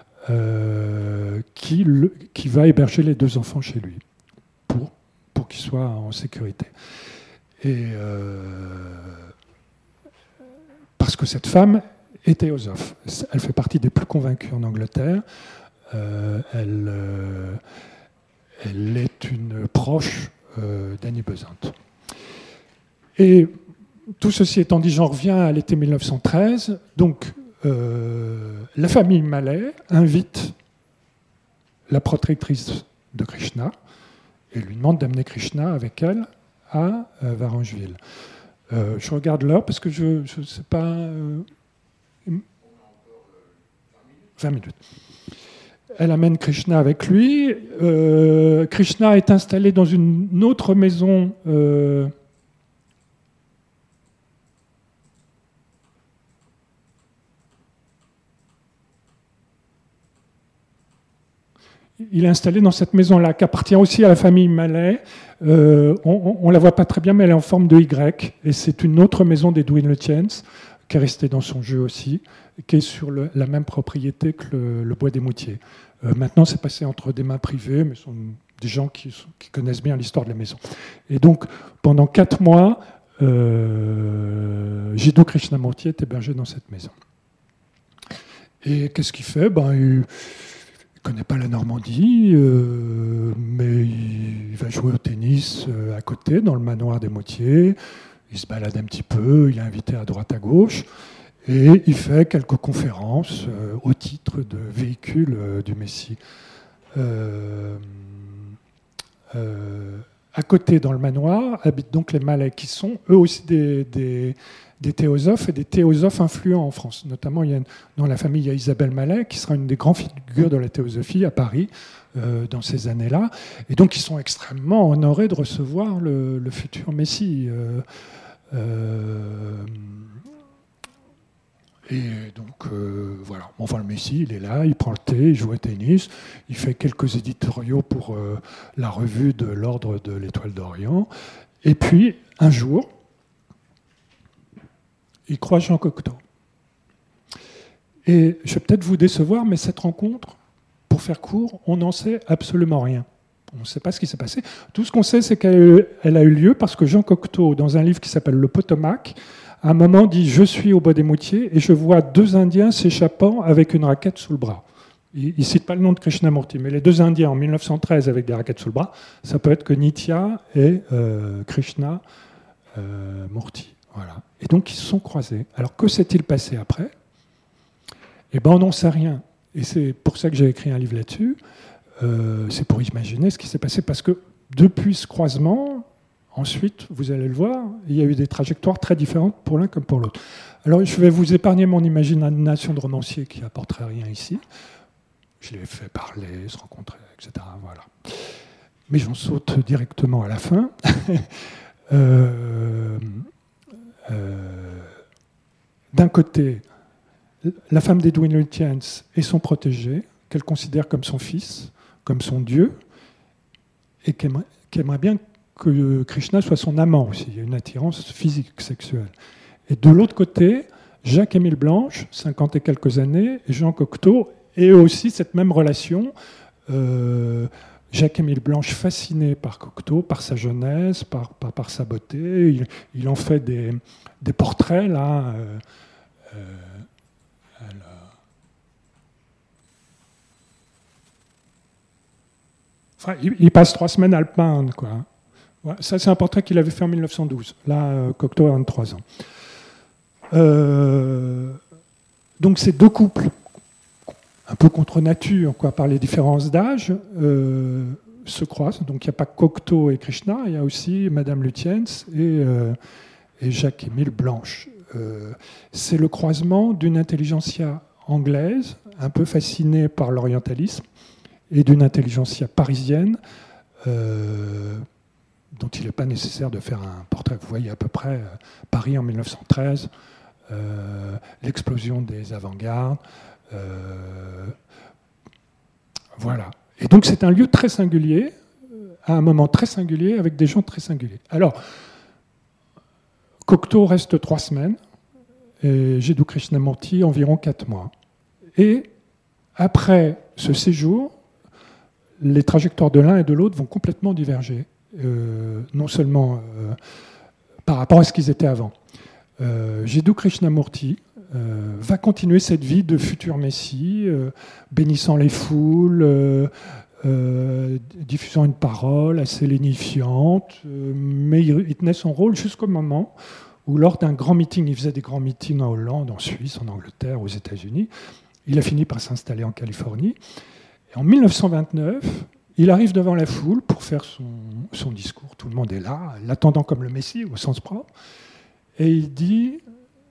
B: euh, qui, le, qui va héberger les deux enfants chez lui, pour, pour qu'ils soient en sécurité. Et euh, parce que cette femme est théosophe. Elle fait partie des plus convaincus en Angleterre. Euh, elle, euh, elle est une proche euh, d'Annie Besant. Et tout ceci étant dit, j'en reviens à l'été mille neuf cent treize. Donc, Euh, la famille Mallet invite la protectrice de Krishna et lui demande d'amener Krishna avec elle à euh, Varangeville. Euh, je regarde l'heure parce que je ne sais pas... Euh, vingt minutes. Elle amène Krishna avec lui. Euh, Krishna est installé dans une autre maison... Euh, Il est installé dans cette maison-là, qui appartient aussi à la famille Mallet. Euh, on ne la voit pas très bien, mais elle est en forme de Y. Et c'est une autre maison d'Edwin Lutyens, qui est restée dans son jeu aussi, qui est sur le, la même propriété que le, le Bois des Moutiers. Euh, maintenant, c'est passé entre des mains privées, mais ce sont des gens qui, qui connaissent bien l'histoire de la maison. Et donc, pendant quatre mois, euh, Jiddu Krishnamurti est hébergé dans cette maison. Et qu'est-ce qu'il fait? Ben, il, Il ne connaît pas la Normandie, euh, mais il va jouer au tennis euh, à côté, dans le manoir des Moutiers. Il se balade un petit peu, il est invité à droite à gauche, et il fait quelques conférences euh, au titre de véhicule euh, du Messie. Euh, euh, à côté, dans le manoir, habitent donc les Malais, qui sont eux aussi des... des des théosophes et des théosophes influents en France. Notamment, il y a, dans la famille, il y a Isabelle Mallet, qui sera une des grandes figures de la théosophie à Paris euh, dans ces années-là. Et donc, ils sont extrêmement honorés de recevoir le, le futur Messie. Euh, euh, et donc, euh, voilà. Enfin, le Messie, il est là, il prend le thé, il joue au tennis, il fait quelques éditoriaux pour euh, la revue de l'Ordre de l'Étoile d'Orient. Et puis, un jour, il croise Jean Cocteau. Et je vais peut-être vous décevoir, mais cette rencontre, pour faire court, on n'en sait absolument rien. On ne sait pas ce qui s'est passé. Tout ce qu'on sait, c'est qu'elle elle a eu lieu parce que Jean Cocteau, dans un livre qui s'appelle Le Potomac, à un moment dit « Je suis au Bois des Moutiers et je vois deux Indiens s'échappant avec une raquette sous le bras ». Il ne cite pas le nom de Krishnamurti, mais les deux Indiens en mille neuf cent treize avec des raquettes sous le bras, ça peut être que Nitya et euh, Krishna euh, Murti. Voilà. Et donc, ils se sont croisés. Alors, que s'est-il passé après? Eh bien, on n'en sait rien. Et c'est pour ça que j'ai écrit un livre là-dessus. Euh, c'est pour imaginer ce qui s'est passé. Parce que depuis ce croisement, ensuite, vous allez le voir, il y a eu des trajectoires très différentes pour l'un comme pour l'autre. Alors, je vais vous épargner mon imagination de romancier qui n'apporterait rien ici. Je les ai fait parler, se rencontrer, et cetera. Voilà. Mais j'en saute directement à la fin. euh... Euh, d'un côté, la femme d'Edwin Lutyens et son protégé, qu'elle considère comme son fils, comme son dieu, et qui aimerait, qui aimerait bien que Krishna soit son amant aussi. Il y a une attirance physique, sexuelle. Et de l'autre côté, Jacques-Émile Blanche, cinquante et quelques années, et Jean Cocteau, et aussi cette même relation. Euh, Jacques-Émile Blanche fasciné par Cocteau, par sa jeunesse, par, par, par sa beauté. Il, il en fait des, des portraits, là. Euh, euh, Enfin, il, il passe trois semaines à le peindre, quoi. Ouais, ça, c'est un portrait qu'il avait fait en mille neuf cent douze. Là, euh, Cocteau a vingt-trois ans. Euh, donc, ces deux couples, un peu contre nature, quoi, par les différences d'âge, euh, se croisent. Donc, il n'y a pas Cocteau et Krishna, il y a aussi Madame Lutyens et, euh, et Jacques-Émile Blanche. Euh, c'est le croisement d'une intelligentsia anglaise, un peu fascinée par l'orientalisme, et d'une intelligentsia parisienne euh, dont il n'est pas nécessaire de faire un portrait. Vous voyez à peu près euh, Paris en mille neuf cent treize, euh, l'explosion des avant-gardes. Euh, voilà. Et donc c'est un lieu très singulier, à un moment très singulier, avec des gens très singuliers. Alors, Cocteau reste trois semaines, et Jiddu Krishnamurti environ quatre mois. Et après ce séjour, les trajectoires de l'un et de l'autre vont complètement diverger, euh, non seulement euh, par rapport à ce qu'ils étaient avant. Euh, Jiddu Krishnamurti euh, va continuer cette vie de futur messie, euh, bénissant les foules, euh, euh, diffusant une parole assez lénifiante, euh, mais il, il tenait son rôle jusqu'au moment où, lors d'un grand meeting, il faisait des grands meetings en Hollande, en Suisse, en Angleterre, aux États-Unis, il a fini par s'installer en Californie. Et en mille neuf cent vingt-neuf, il arrive devant la foule pour faire son, son discours. Tout le monde est là, l'attendant comme le Messie, au sens propre. Et il dit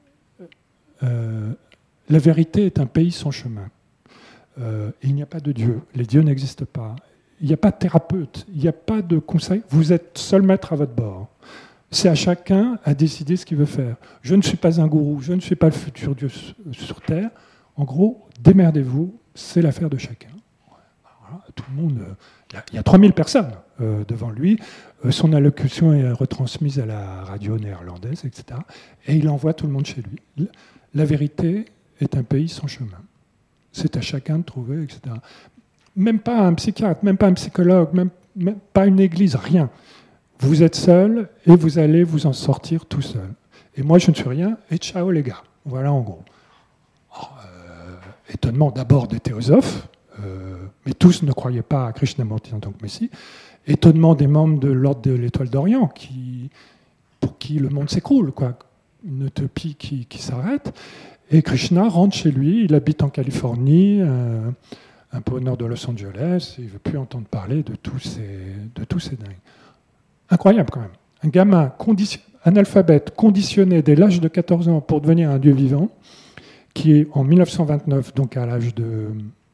B: euh, « La vérité est un pays sans chemin. Euh, il n'y a pas de Dieu. Les dieux n'existent pas. Il n'y a pas de thérapeute. Il n'y a pas de conseil. Vous êtes seul maître à votre bord. C'est à chacun à décider ce qu'il veut faire. Je ne suis pas un gourou. Je ne suis pas le futur Dieu sur Terre. En gros, démerdez-vous. C'est l'affaire de chacun. » Voilà, tout le monde, euh, il y a trois mille personnes euh, devant lui. Euh, son allocution est retransmise à la radio néerlandaise, et cetera. Et il envoie tout le monde chez lui. La vérité est un pays sans chemin. C'est à chacun de trouver, et cetera. Même pas un psychiatre, même pas un psychologue, même, même pas une église, rien. Vous êtes seul et vous allez vous en sortir tout seul. Et moi, je ne suis rien, et ciao les gars. Voilà en gros. Oh, euh, étonnement d'abord des théosophes, Euh, mais tous ne croyaient pas à Krishnamurti en tant que Messie. Étonnement des membres de l'Ordre de l'Étoile d'Orient, qui, pour qui le monde s'écroule, quoi. Une utopie qui, qui s'arrête. Et Krishna rentre chez lui, il habite en Californie, euh, un peu au nord de Los Angeles, il ne veut plus entendre parler de tous ces, de tous ces dingues. Incroyable quand même. Un gamin condition, analphabète, conditionné dès l'âge de quatorze ans pour devenir un dieu vivant, qui est en mille neuf cent vingt-neuf, donc à l'âge de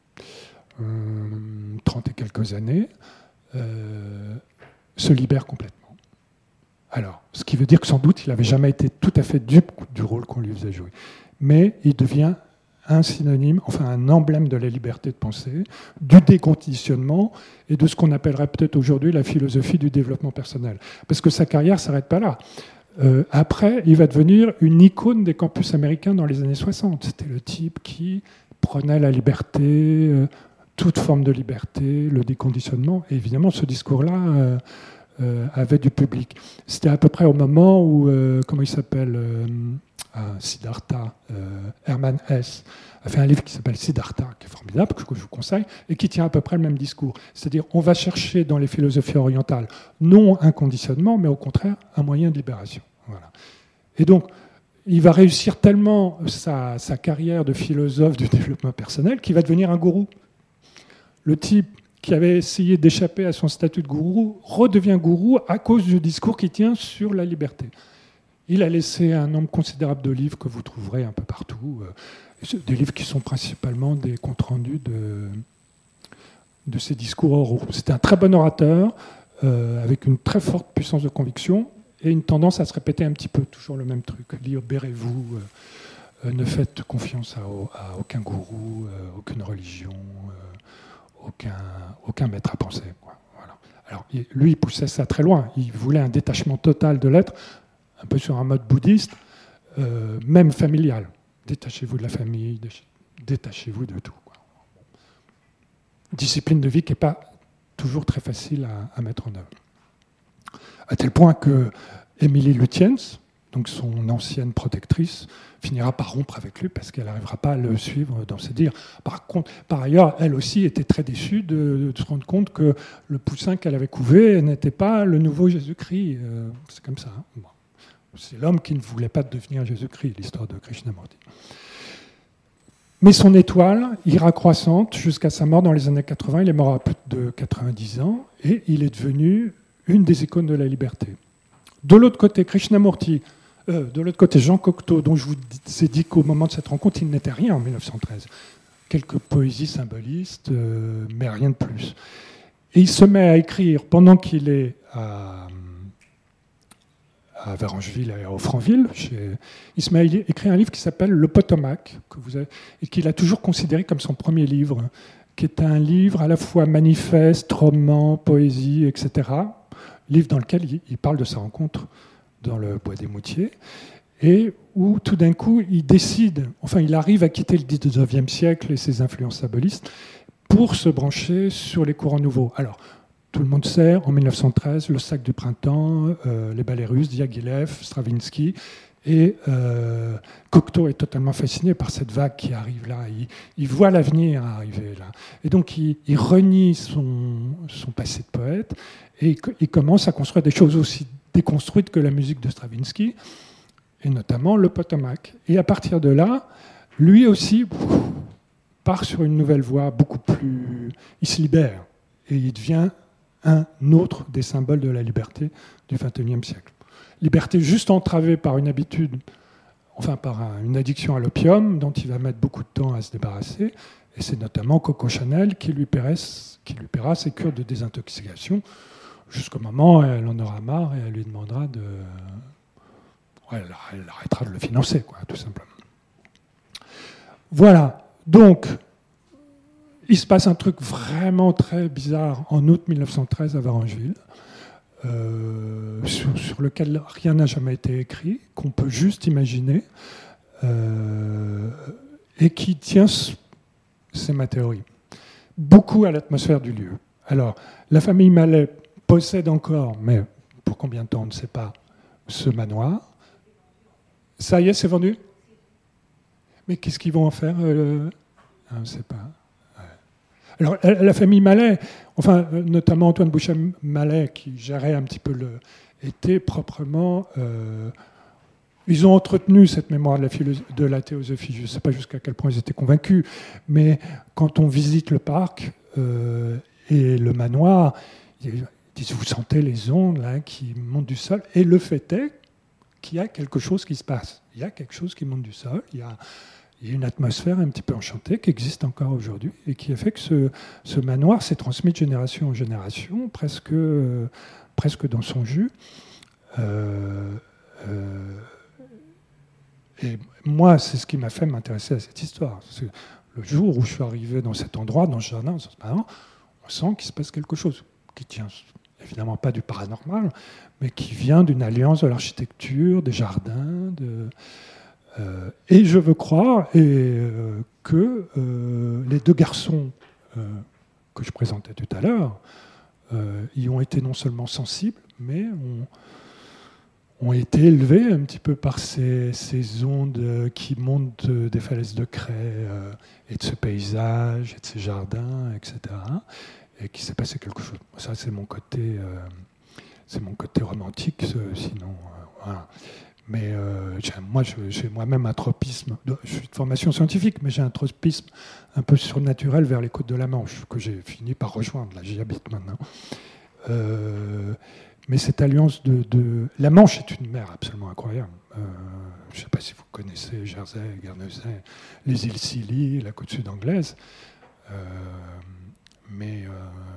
B: Euh, trente et quelques années, euh, se libère complètement. Alors, ce qui veut dire que sans doute, il n'avait jamais été tout à fait dupe du rôle qu'on lui faisait jouer. Mais il devient un synonyme, enfin un emblème de la liberté de penser, du déconditionnement et de ce qu'on appellerait peut-être aujourd'hui la philosophie du développement personnel. Parce que sa carrière ne s'arrête pas là. Euh, après, il va devenir une icône des campus américains dans les années soixante. C'était le type qui prenait la liberté, euh, toute forme de liberté, le déconditionnement. Et évidemment, ce discours-là euh, euh, avait du public. C'était à peu près au moment où, euh, comment il s'appelle, euh, ah, Siddhartha, euh, Hermann Hesse, a fait un livre qui s'appelle Siddhartha, qui est formidable, que je vous conseille, et qui tient à peu près le même discours. C'est-à-dire, on va chercher dans les philosophies orientales, non un conditionnement, mais au contraire, un moyen de libération. Voilà. Et donc, il va réussir tellement sa, sa carrière de philosophe du développement personnel qu'il va devenir un gourou. Le type qui avait essayé d'échapper à son statut de gourou redevient gourou à cause du discours qui tient sur la liberté. Il a laissé un nombre considérable de livres que vous trouverez un peu partout, des livres qui sont principalement des comptes rendus de, de ses discours oraux. C'était un très bon orateur, euh, avec une très forte puissance de conviction et une tendance à se répéter un petit peu toujours le même truc. Libérez-vous, euh, ne faites confiance à, à aucun gourou, euh, aucune religion, euh, aucun, aucun maître à penser. Quoi. Voilà. Alors, il, lui, il poussait ça très loin. Il voulait un détachement total de l'être, un peu sur un mode bouddhiste, euh, même familial. détachez-vous de la famille, détachez-vous de tout, quoi. Discipline de vie qui n'est pas toujours très facile à, à mettre en œuvre. À tel point que Émilie Lutyens, donc son ancienne protectrice, finira par rompre avec lui parce qu'elle n'arrivera pas à le suivre dans ses dires. Par contre, par ailleurs, elle aussi était très déçue de, de se rendre compte que le poussin qu'elle avait couvé n'était pas le nouveau Jésus-Christ. Euh, c'est comme ça. Hein. Bon. C'est l'homme qui ne voulait pas devenir Jésus-Christ, l'histoire de Krishnamurti. Mais son étoile ira croissante jusqu'à sa mort dans les années quatre-vingts. Il est mort à plus de quatre-vingt-dix ans et il est devenu une des icônes de la liberté. De l'autre côté, Krishnamurti, euh, de l'autre côté, Jean Cocteau, dont je vous ai dit qu'au moment de cette rencontre, il n'était rien en mille neuf cent treize. Quelques poésies symbolistes, euh, mais rien de plus. Et il se met à écrire pendant qu'il est à, à Varangeville et à Offranville. Chez, il se met à écrire un livre qui s'appelle Le Potomac, que vous avez, et qu'il a toujours considéré comme son premier livre, qui est un livre à la fois manifeste, roman, poésie, et cetera. Livre dans lequel il parle de sa rencontre dans le Bois des Moutiers, et où tout d'un coup il décide, enfin il arrive à quitter le dix-neuvième siècle et ses influences symbolistes pour se brancher sur les courants nouveaux. Alors, tout le monde sait, en mille neuf cent treize, le Sac du Printemps, euh, les ballets russes, Diaghilev, Stravinsky, et euh, Cocteau est totalement fasciné par cette vague qui arrive là. Il, il voit l'avenir arriver là. Et donc il, il renie son, son passé de poète et il commence à construire des choses aussi déconstruites que la musique de Stravinsky, et notamment le Potomac. Et à partir de là, lui aussi part sur une nouvelle voie beaucoup plus... Il se libère et il devient un autre des symboles de la liberté du vingt et unième siècle. Liberté juste entravée par une habitude, enfin par un, une addiction à l'opium dont il va mettre beaucoup de temps à se débarrasser, et c'est notamment Coco Chanel qui lui paiera, qui lui paiera ses cures de désintoxication jusqu'au moment où elle en aura marre et elle lui demandera de... Ouais, elle, elle arrêtera de le financer, quoi, tout simplement. Voilà, donc il se passe un truc vraiment très bizarre en août mille neuf cent treize à Varangeville. Euh, sur, sur lequel rien n'a jamais été écrit, qu'on peut juste imaginer, euh, et qui tient, c'est ma théorie, beaucoup à l'atmosphère du lieu. Alors, la famille Mallet possède encore, mais pour combien de temps, on ne sait pas, ce manoir. Ça y est, c'est vendu ? Mais qu'est-ce qu'ils vont en faire euh, On ne sait pas. Alors, la famille Mallet, enfin, notamment Antoine Bouchet-Mallet, qui gérait un petit peu le... était proprement... Euh, ils ont entretenu cette mémoire de la, philo- de la théosophie. Je ne sais pas jusqu'à quel point ils étaient convaincus, mais quand on visite le parc euh, et le manoir, ils disent, vous sentez les ondes là, qui montent du sol, et le fait est qu'il y a quelque chose qui se passe. Il y a quelque chose qui monte du sol, il y a... Il y a une atmosphère un petit peu enchantée qui existe encore aujourd'hui et qui a fait que ce, ce manoir s'est transmis de génération en génération, presque, euh, presque dans son jus. Euh, euh, et moi, c'est ce qui m'a fait m'intéresser à cette histoire. C'est le jour où je suis arrivé dans cet endroit, dans ce jardin, dans ce manoir, on sent qu'il se passe quelque chose qui tient évidemment pas du paranormal, mais qui vient d'une alliance de l'architecture, des jardins, de... Euh, et je veux croire et, euh, que euh, les deux garçons euh, que je présentais tout à l'heure euh, y ont été non seulement sensibles, mais ont, ont été élevés un petit peu par ces, ces ondes qui montent des falaises de craie euh, et de ce paysage, et de ces jardins, et cetera. Et qu'il s'est passé quelque chose. Ça, c'est mon côté, euh, c'est mon côté romantique, sinon, euh, voilà. Mais euh, j'ai, moi, j'ai moi-même un tropisme. Je suis de formation scientifique, mais j'ai un tropisme un peu surnaturel vers les côtes de la Manche, que j'ai fini par rejoindre. Là, j'y habite maintenant. Euh, mais cette alliance de, de... La Manche est une mer absolument incroyable. Euh, je ne sais pas si vous connaissez Jersey, Guernesey, les îles Scilly, la côte sud anglaise. Euh, mais... Euh...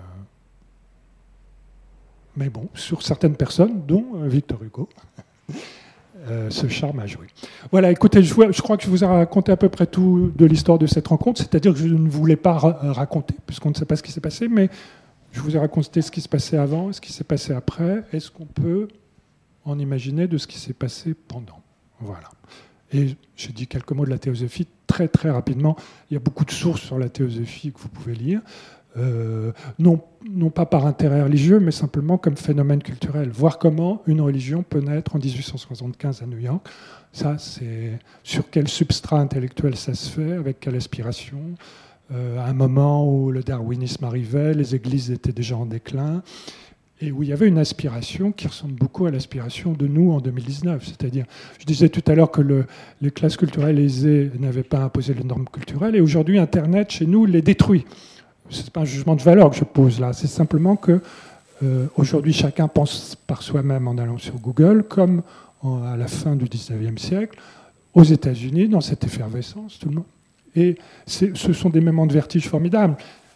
B: Mais bon, sur certaines personnes, dont Victor Hugo... Euh, ce charme a joué. Voilà, écoutez, je, vois, je crois que je vous ai raconté à peu près tout de l'histoire de cette rencontre, c'est-à-dire que je ne voulais pas ra- raconter, puisqu'on ne sait pas ce qui s'est passé, mais je vous ai raconté ce qui se passait avant, ce qui s'est passé après, est-ce qu'on peut en imaginer de ce qui s'est passé pendant. Voilà. Et j'ai dit quelques mots de la théosophie très très rapidement. Il y a beaucoup de sources sur la théosophie que vous pouvez lire. Euh, non, non pas par intérêt religieux, mais simplement comme phénomène culturel. Voir comment une religion peut naître en dix-huit cent soixante-quinze à New York. Ça, c'est sur quel substrat intellectuel ça se fait, avec quelle aspiration. Euh, à un moment où le darwinisme arrivait, les églises étaient déjà en déclin, et où il y avait une aspiration qui ressemble beaucoup à l'aspiration de nous en deux mille dix-neuf. C'est-à-dire, je disais tout à l'heure que le, les classes culturelles aisées n'avaient pas imposé les normes culturelles, et aujourd'hui, Internet, chez nous, les détruit. Ce n'est pas un jugement de valeur que je pose là, c'est simplement que euh, aujourd'hui, chacun pense par soi-même en allant sur Google, comme en, à la fin du dix-neuvième siècle, aux États-Unis, dans cette effervescence, tout le monde. Et ce sont des moments de vertige formidables,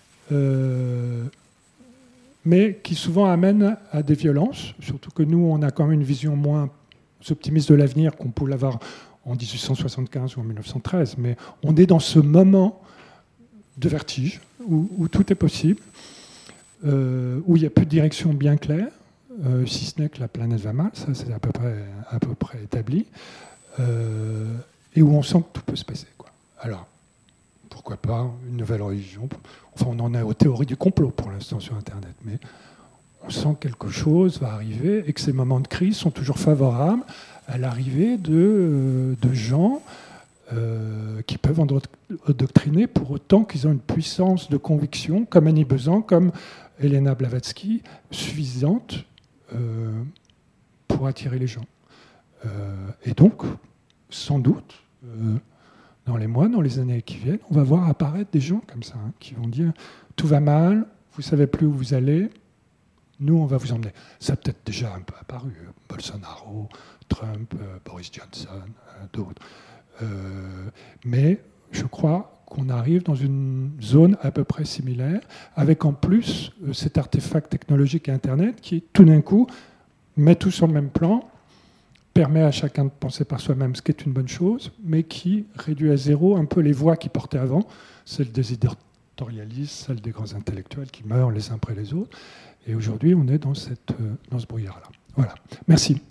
B: euh, mais qui souvent amènent à des violences, surtout que nous, on a quand même une vision moins optimiste de l'avenir qu'on peut l'avoir en dix-huit cent soixante-quinze ou en mille neuf cent treize, mais on est dans ce moment de vertige, où, où tout est possible, euh, où il n'y a plus de direction bien claire, euh, si ce n'est que la planète va mal, ça c'est à peu près, à peu près établi, euh, et où on sent que tout peut se passer, quoi. Alors, pourquoi pas une nouvelle religion? Enfin, on en est aux théories du complot pour l'instant sur Internet, mais on sent que quelque chose va arriver et que ces moments de crise sont toujours favorables à l'arrivée de, de gens euh, qui peuvent endoctriner pour autant qu'ils ont une puissance de conviction, comme Annie Besant, comme Elena Blavatsky, suffisante euh, pour attirer les gens. Euh, et donc, sans doute, euh, dans les mois, dans les années qui viennent, on va voir apparaître des gens comme ça, hein, qui vont dire « tout va mal, vous ne savez plus où vous allez, nous, on va vous emmener ». Ça a peut-être déjà un peu apparu, euh, Bolsonaro, Trump, euh, Boris Johnson, euh, d'autres. Euh, mais je crois qu'on arrive dans une zone à peu près similaire, avec en plus euh, cet artefact technologique et Internet qui, tout d'un coup, met tout sur le même plan, permet à chacun de penser par soi-même, ce qui est une bonne chose, mais qui réduit à zéro un peu les voix qui portaient avant, celles des éditorialistes, celles des grands intellectuels qui meurent les uns après les autres. Et aujourd'hui, on est dans, cette, dans ce brouillard-là. Voilà. Merci.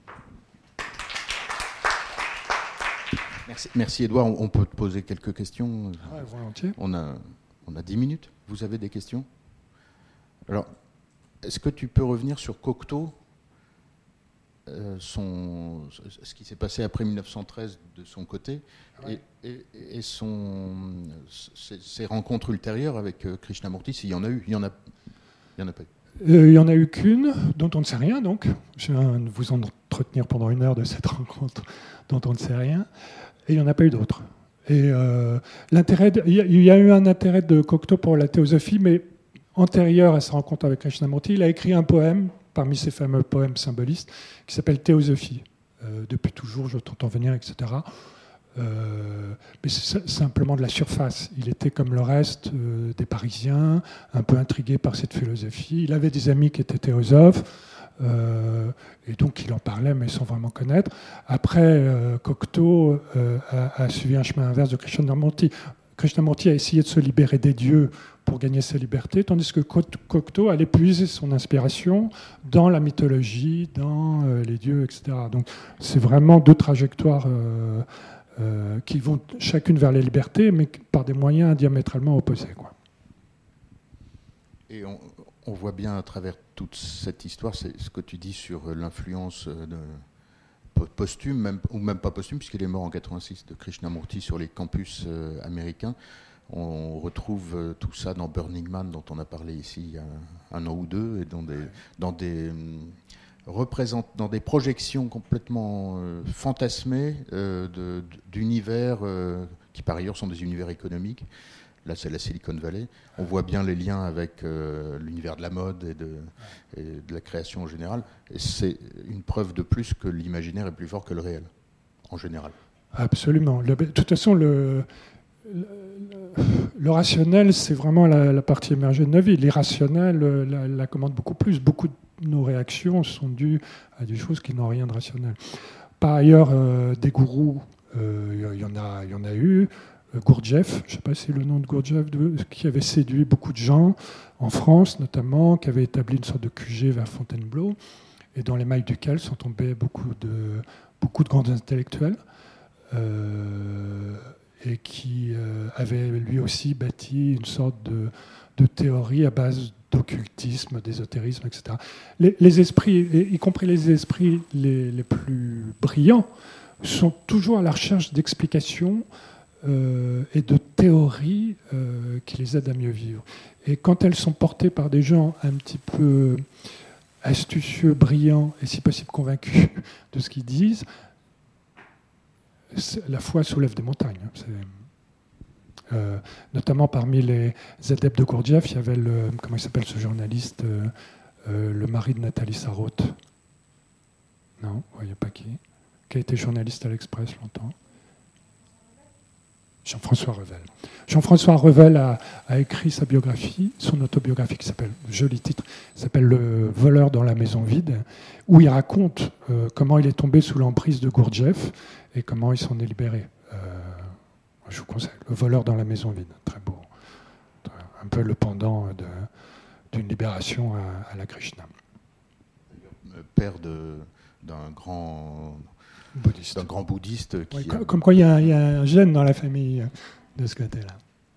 A: Merci, Merci Edouard. On peut te poser quelques questions.
B: Ouais, volontiers.
A: On a, on a dix minutes. Vous avez des questions? Alors, est-ce que tu peux revenir sur Cocteau, euh, son, ce qui s'est passé après mille neuf cent treize de son côté, ouais. et, et, et son, ses, ses rencontres ultérieures avec Krishnamurti, s'il y en a eu? Il y en a, il y en a pas eu.
B: Euh, il n'y en a eu qu'une, dont on ne sait rien, donc. Je viens de vous entretenir pendant une heure de cette rencontre dont on ne sait rien. Et il n'y en a pas eu d'autres. Et euh, l'intérêt, de, il, y a, il y a eu un intérêt de Cocteau pour la théosophie, mais antérieur à sa rencontre avec Krishnamurti, il a écrit un poème, parmi ses fameux poèmes symbolistes, qui s'appelle Théosophie. Euh, depuis toujours, je t'entends venir, et cetera. Euh, mais c'est simplement de la surface. Il était comme le reste euh, des Parisiens, un peu intrigué par cette philosophie. Il avait des amis qui étaient théosophes, euh, et donc il en parlait, mais sans vraiment connaître. Après, euh, Cocteau euh, a, a suivi un chemin inverse de Krishnamurti. Krishnamurti a essayé de se libérer des dieux pour gagner sa liberté, tandis que Cocteau allait puiser son inspiration dans la mythologie, dans euh, les dieux, et cetera. Donc c'est vraiment deux trajectoires euh, Euh, qui vont chacune vers la liberté, mais par des moyens diamétralement opposés, quoi.
A: Et on, on voit bien à travers toute cette histoire, c'est ce que tu dis sur l'influence de, posthume, même, ou même pas posthume, puisqu'il est mort en quatre-vingt-six, de Krishnamurti sur les campus euh, américains. On retrouve euh, tout ça dans Burning Man, dont on a parlé ici il y a un an ou deux, et dans des... Dans des représente dans des projections complètement euh, fantasmées euh, de, d'univers euh, qui par ailleurs sont des univers économiques. Là, c'est la Silicon Valley. On voit bien les liens avec euh, l'univers de la mode et de, et de la création en général. Et c'est une preuve de plus que l'imaginaire est plus fort que le réel, en général.
B: Absolument. Le, de toute façon, le, le, le rationnel, c'est vraiment la, la partie émergée de nos vies. L'irrationnel la, la commande beaucoup plus. Beaucoup de nos réactions sont dues à des choses qui n'ont rien de rationnel. Par ailleurs, euh, des gourous, il euh, y, en a, y en a eu. Gurdjieff, je ne sais pas si c'est le nom de Gurdjieff, de, qui avait séduit beaucoup de gens, en France notamment, qui avait établi une sorte de Q G vers Fontainebleau, et dans les mailles duquel sont tombés beaucoup de, beaucoup de grands intellectuels. euh, et qui euh, avait lui aussi bâti une sorte de, de théorie à base d'occultisme, d'ésotérisme, et cetera. Les, les esprits, y compris les esprits les, les plus brillants, sont toujours à la recherche d'explications euh, et de théories euh, qui les aident à mieux vivre. Et quand elles sont portées par des gens un petit peu astucieux, brillants et si possible convaincus de ce qu'ils disent, la foi soulève des montagnes. C'est, euh, notamment parmi les adeptes de Gurdjieff, il y avait le, comment il s'appelle ce journaliste, euh, euh, le mari de Nathalie Sarraute. Non, vous ne voyez pas qui. Qui a été journaliste à l'Express longtemps. Jean-François Revel. Jean-François Revel a, a écrit sa biographie, son autobiographie qui s'appelle, joli titre, s'appelle Le voleur dans la maison vide, où il raconte euh, comment il est tombé sous l'emprise de Gurdjieff et comment il s'en est libéré. Euh, je vous conseille, Le voleur dans la maison vide, très beau. Un peu le pendant de, d'une libération à, à la Krishna.
A: Père de, d'un grand...
B: Bouddhiste.
A: D'un grand bouddhiste. Qui
B: oui,
A: a...
B: comme, comme quoi il y, a, il y a un gène dans la famille de ce côté-là.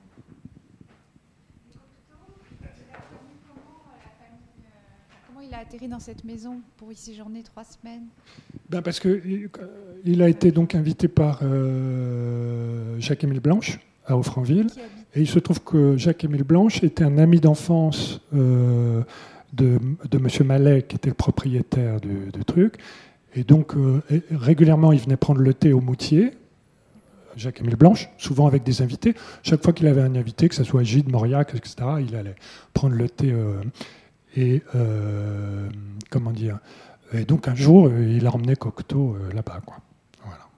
C: Comment il a atterri dans cette maison pour y séjourner trois semaines?
B: Ben parce qu'il il a été donc invité par euh, Jacques-Émile Blanche à Offranville. Et il se trouve que Jacques-Émile Blanche était un ami d'enfance euh, de, de M. Mallet, qui était le propriétaire du, du truc. Et donc, euh, régulièrement, il venait prendre le thé au Moutier, Jacques-Émile Blanche, souvent avec des invités. Chaque fois qu'il avait un invité, que ce soit Gide, Mauriac, et cetera, il allait prendre le thé. Euh, et, euh, comment dire Et donc, un jour, il a emmené Cocteau euh, là-bas, quoi. Voilà.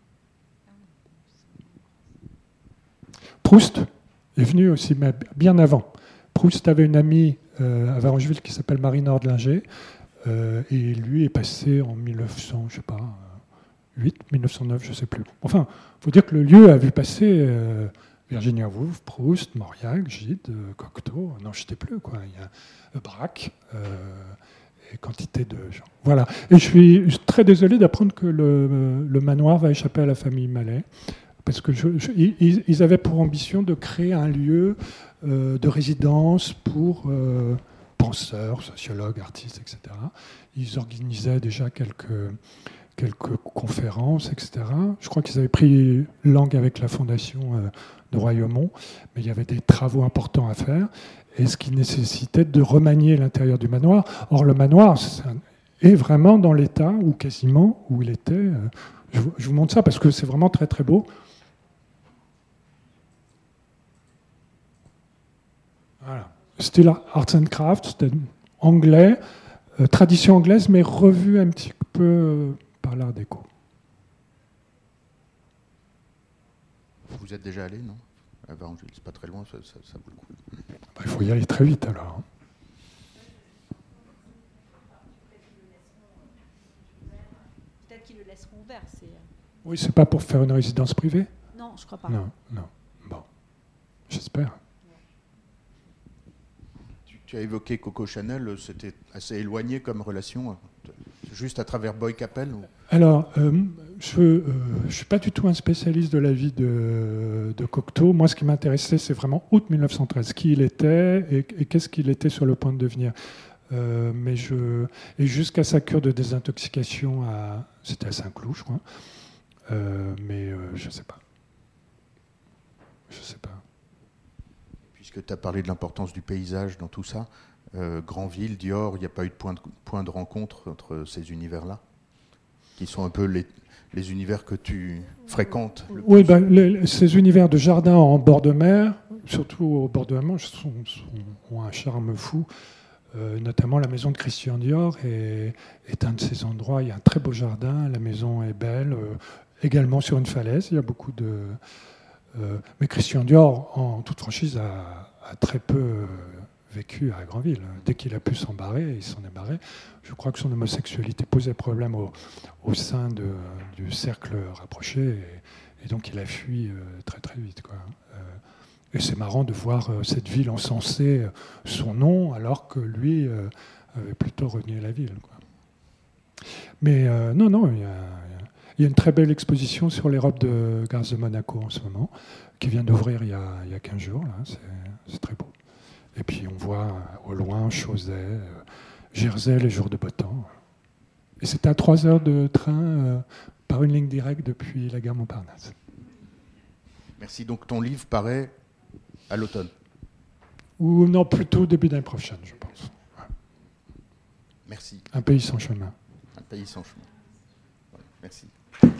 B: Proust est venu aussi, mais bien avant. Proust avait une amie euh, à Varangeville qui s'appelle Marie Nordlinger. Euh, et lui est passé en mille neuf cents, je sais pas, huit, mille neuf cent neuf, je sais plus. Enfin, il faut dire que le lieu a vu passer euh, Virginia Woolf, Proust, Mauriac, Gide, euh, Cocteau, non, je ne sais plus, quoi. Il y a euh, Braque, euh, et quantité de gens. Voilà. Et je suis très désolé d'apprendre que le, le manoir va échapper à la famille Mallet, parce que je, je, ils, ils avaient pour ambition de créer un lieu euh, de résidence pour... Euh, penseurs, sociologues, artistes, et cetera. Ils organisaient déjà quelques, quelques conférences, et cetera. Je crois qu'ils avaient pris langue avec la fondation de Royaumont, mais il y avait des travaux importants à faire, et ce qui nécessitait de remanier l'intérieur du manoir. Or, le manoir est vraiment dans l'état, ou quasiment, où il était. Je vous, je vous montre ça parce que c'est vraiment très très beau. Voilà. Style Arts and Crafts, c'était anglais, euh, tradition anglaise, mais revue un petit peu euh, par l'art déco.
A: Vous êtes déjà allé, non? À Varangeville, c'est pas très loin, ça, ça, ça vaut le coup.
B: Bah, il faut y aller très vite alors.
C: Peut-être qu'ils le laisseront ouvert. C'est...
B: Oui, c'est pas pour faire une résidence privée?
C: Non, je crois pas.
B: Non, non. Bon, j'espère.
A: Tu as évoqué Coco Chanel, c'était assez éloigné comme relation, juste à travers Boy Capel ou...
B: Alors, euh, je ne euh, suis pas du tout un spécialiste de la vie de, de Cocteau. Moi, ce qui m'intéressait, c'est vraiment août mille neuf cent treize, qui il était et, et qu'est-ce qu'il était sur le point de devenir. Euh, mais je, et jusqu'à sa cure de désintoxication, à, c'était à Saint-Cloud, je crois. Euh, mais euh, je ne sais pas. Je ne sais pas.
A: Puisque tu as parlé de l'importance du paysage dans tout ça, euh, Granville, Dior, il n'y a pas eu de point, de point de rencontre entre ces univers-là, qui sont un peu les, les univers que tu fréquentes le
B: Oui,
A: plus.
B: ben, les, ces univers de jardin en bord de mer, surtout au bord de la Manche, sont, sont, ont un charme fou. Euh, notamment la maison de Christian Dior est, est un de ces endroits. Il y a un très beau jardin, la maison est belle, euh, également sur une falaise. Il y a beaucoup de... Euh, mais Christian Dior, en toute franchise, a, a très peu euh, vécu à Granville. Dès qu'il a pu s'en barrer, il s'en est barré. Je crois que son homosexualité posait problème au, au sein de, du cercle rapproché, et, et donc il a fui euh, très très vite, quoi. Euh, et c'est marrant de voir euh, cette ville encenser euh, son nom, alors que lui euh, avait plutôt renié la ville, quoi. Mais euh, non, non, il y a, Il y a une très belle exposition sur les robes de gare de Monaco en ce moment, qui vient d'ouvrir il y a, il y a quinze jours. Là. C'est, c'est très beau. Et puis on voit au loin Chauzet, euh, Jersey, les jours de beau temps. Et c'est à trois heures de train euh, par une ligne directe depuis la gare Montparnasse.
A: Merci. Donc ton livre paraît à l'automne.
B: Ou non, plutôt début d'année prochaine, je pense.
A: Merci.
B: Un pays sans chemin.
A: Un pays sans chemin. Voilà. Merci.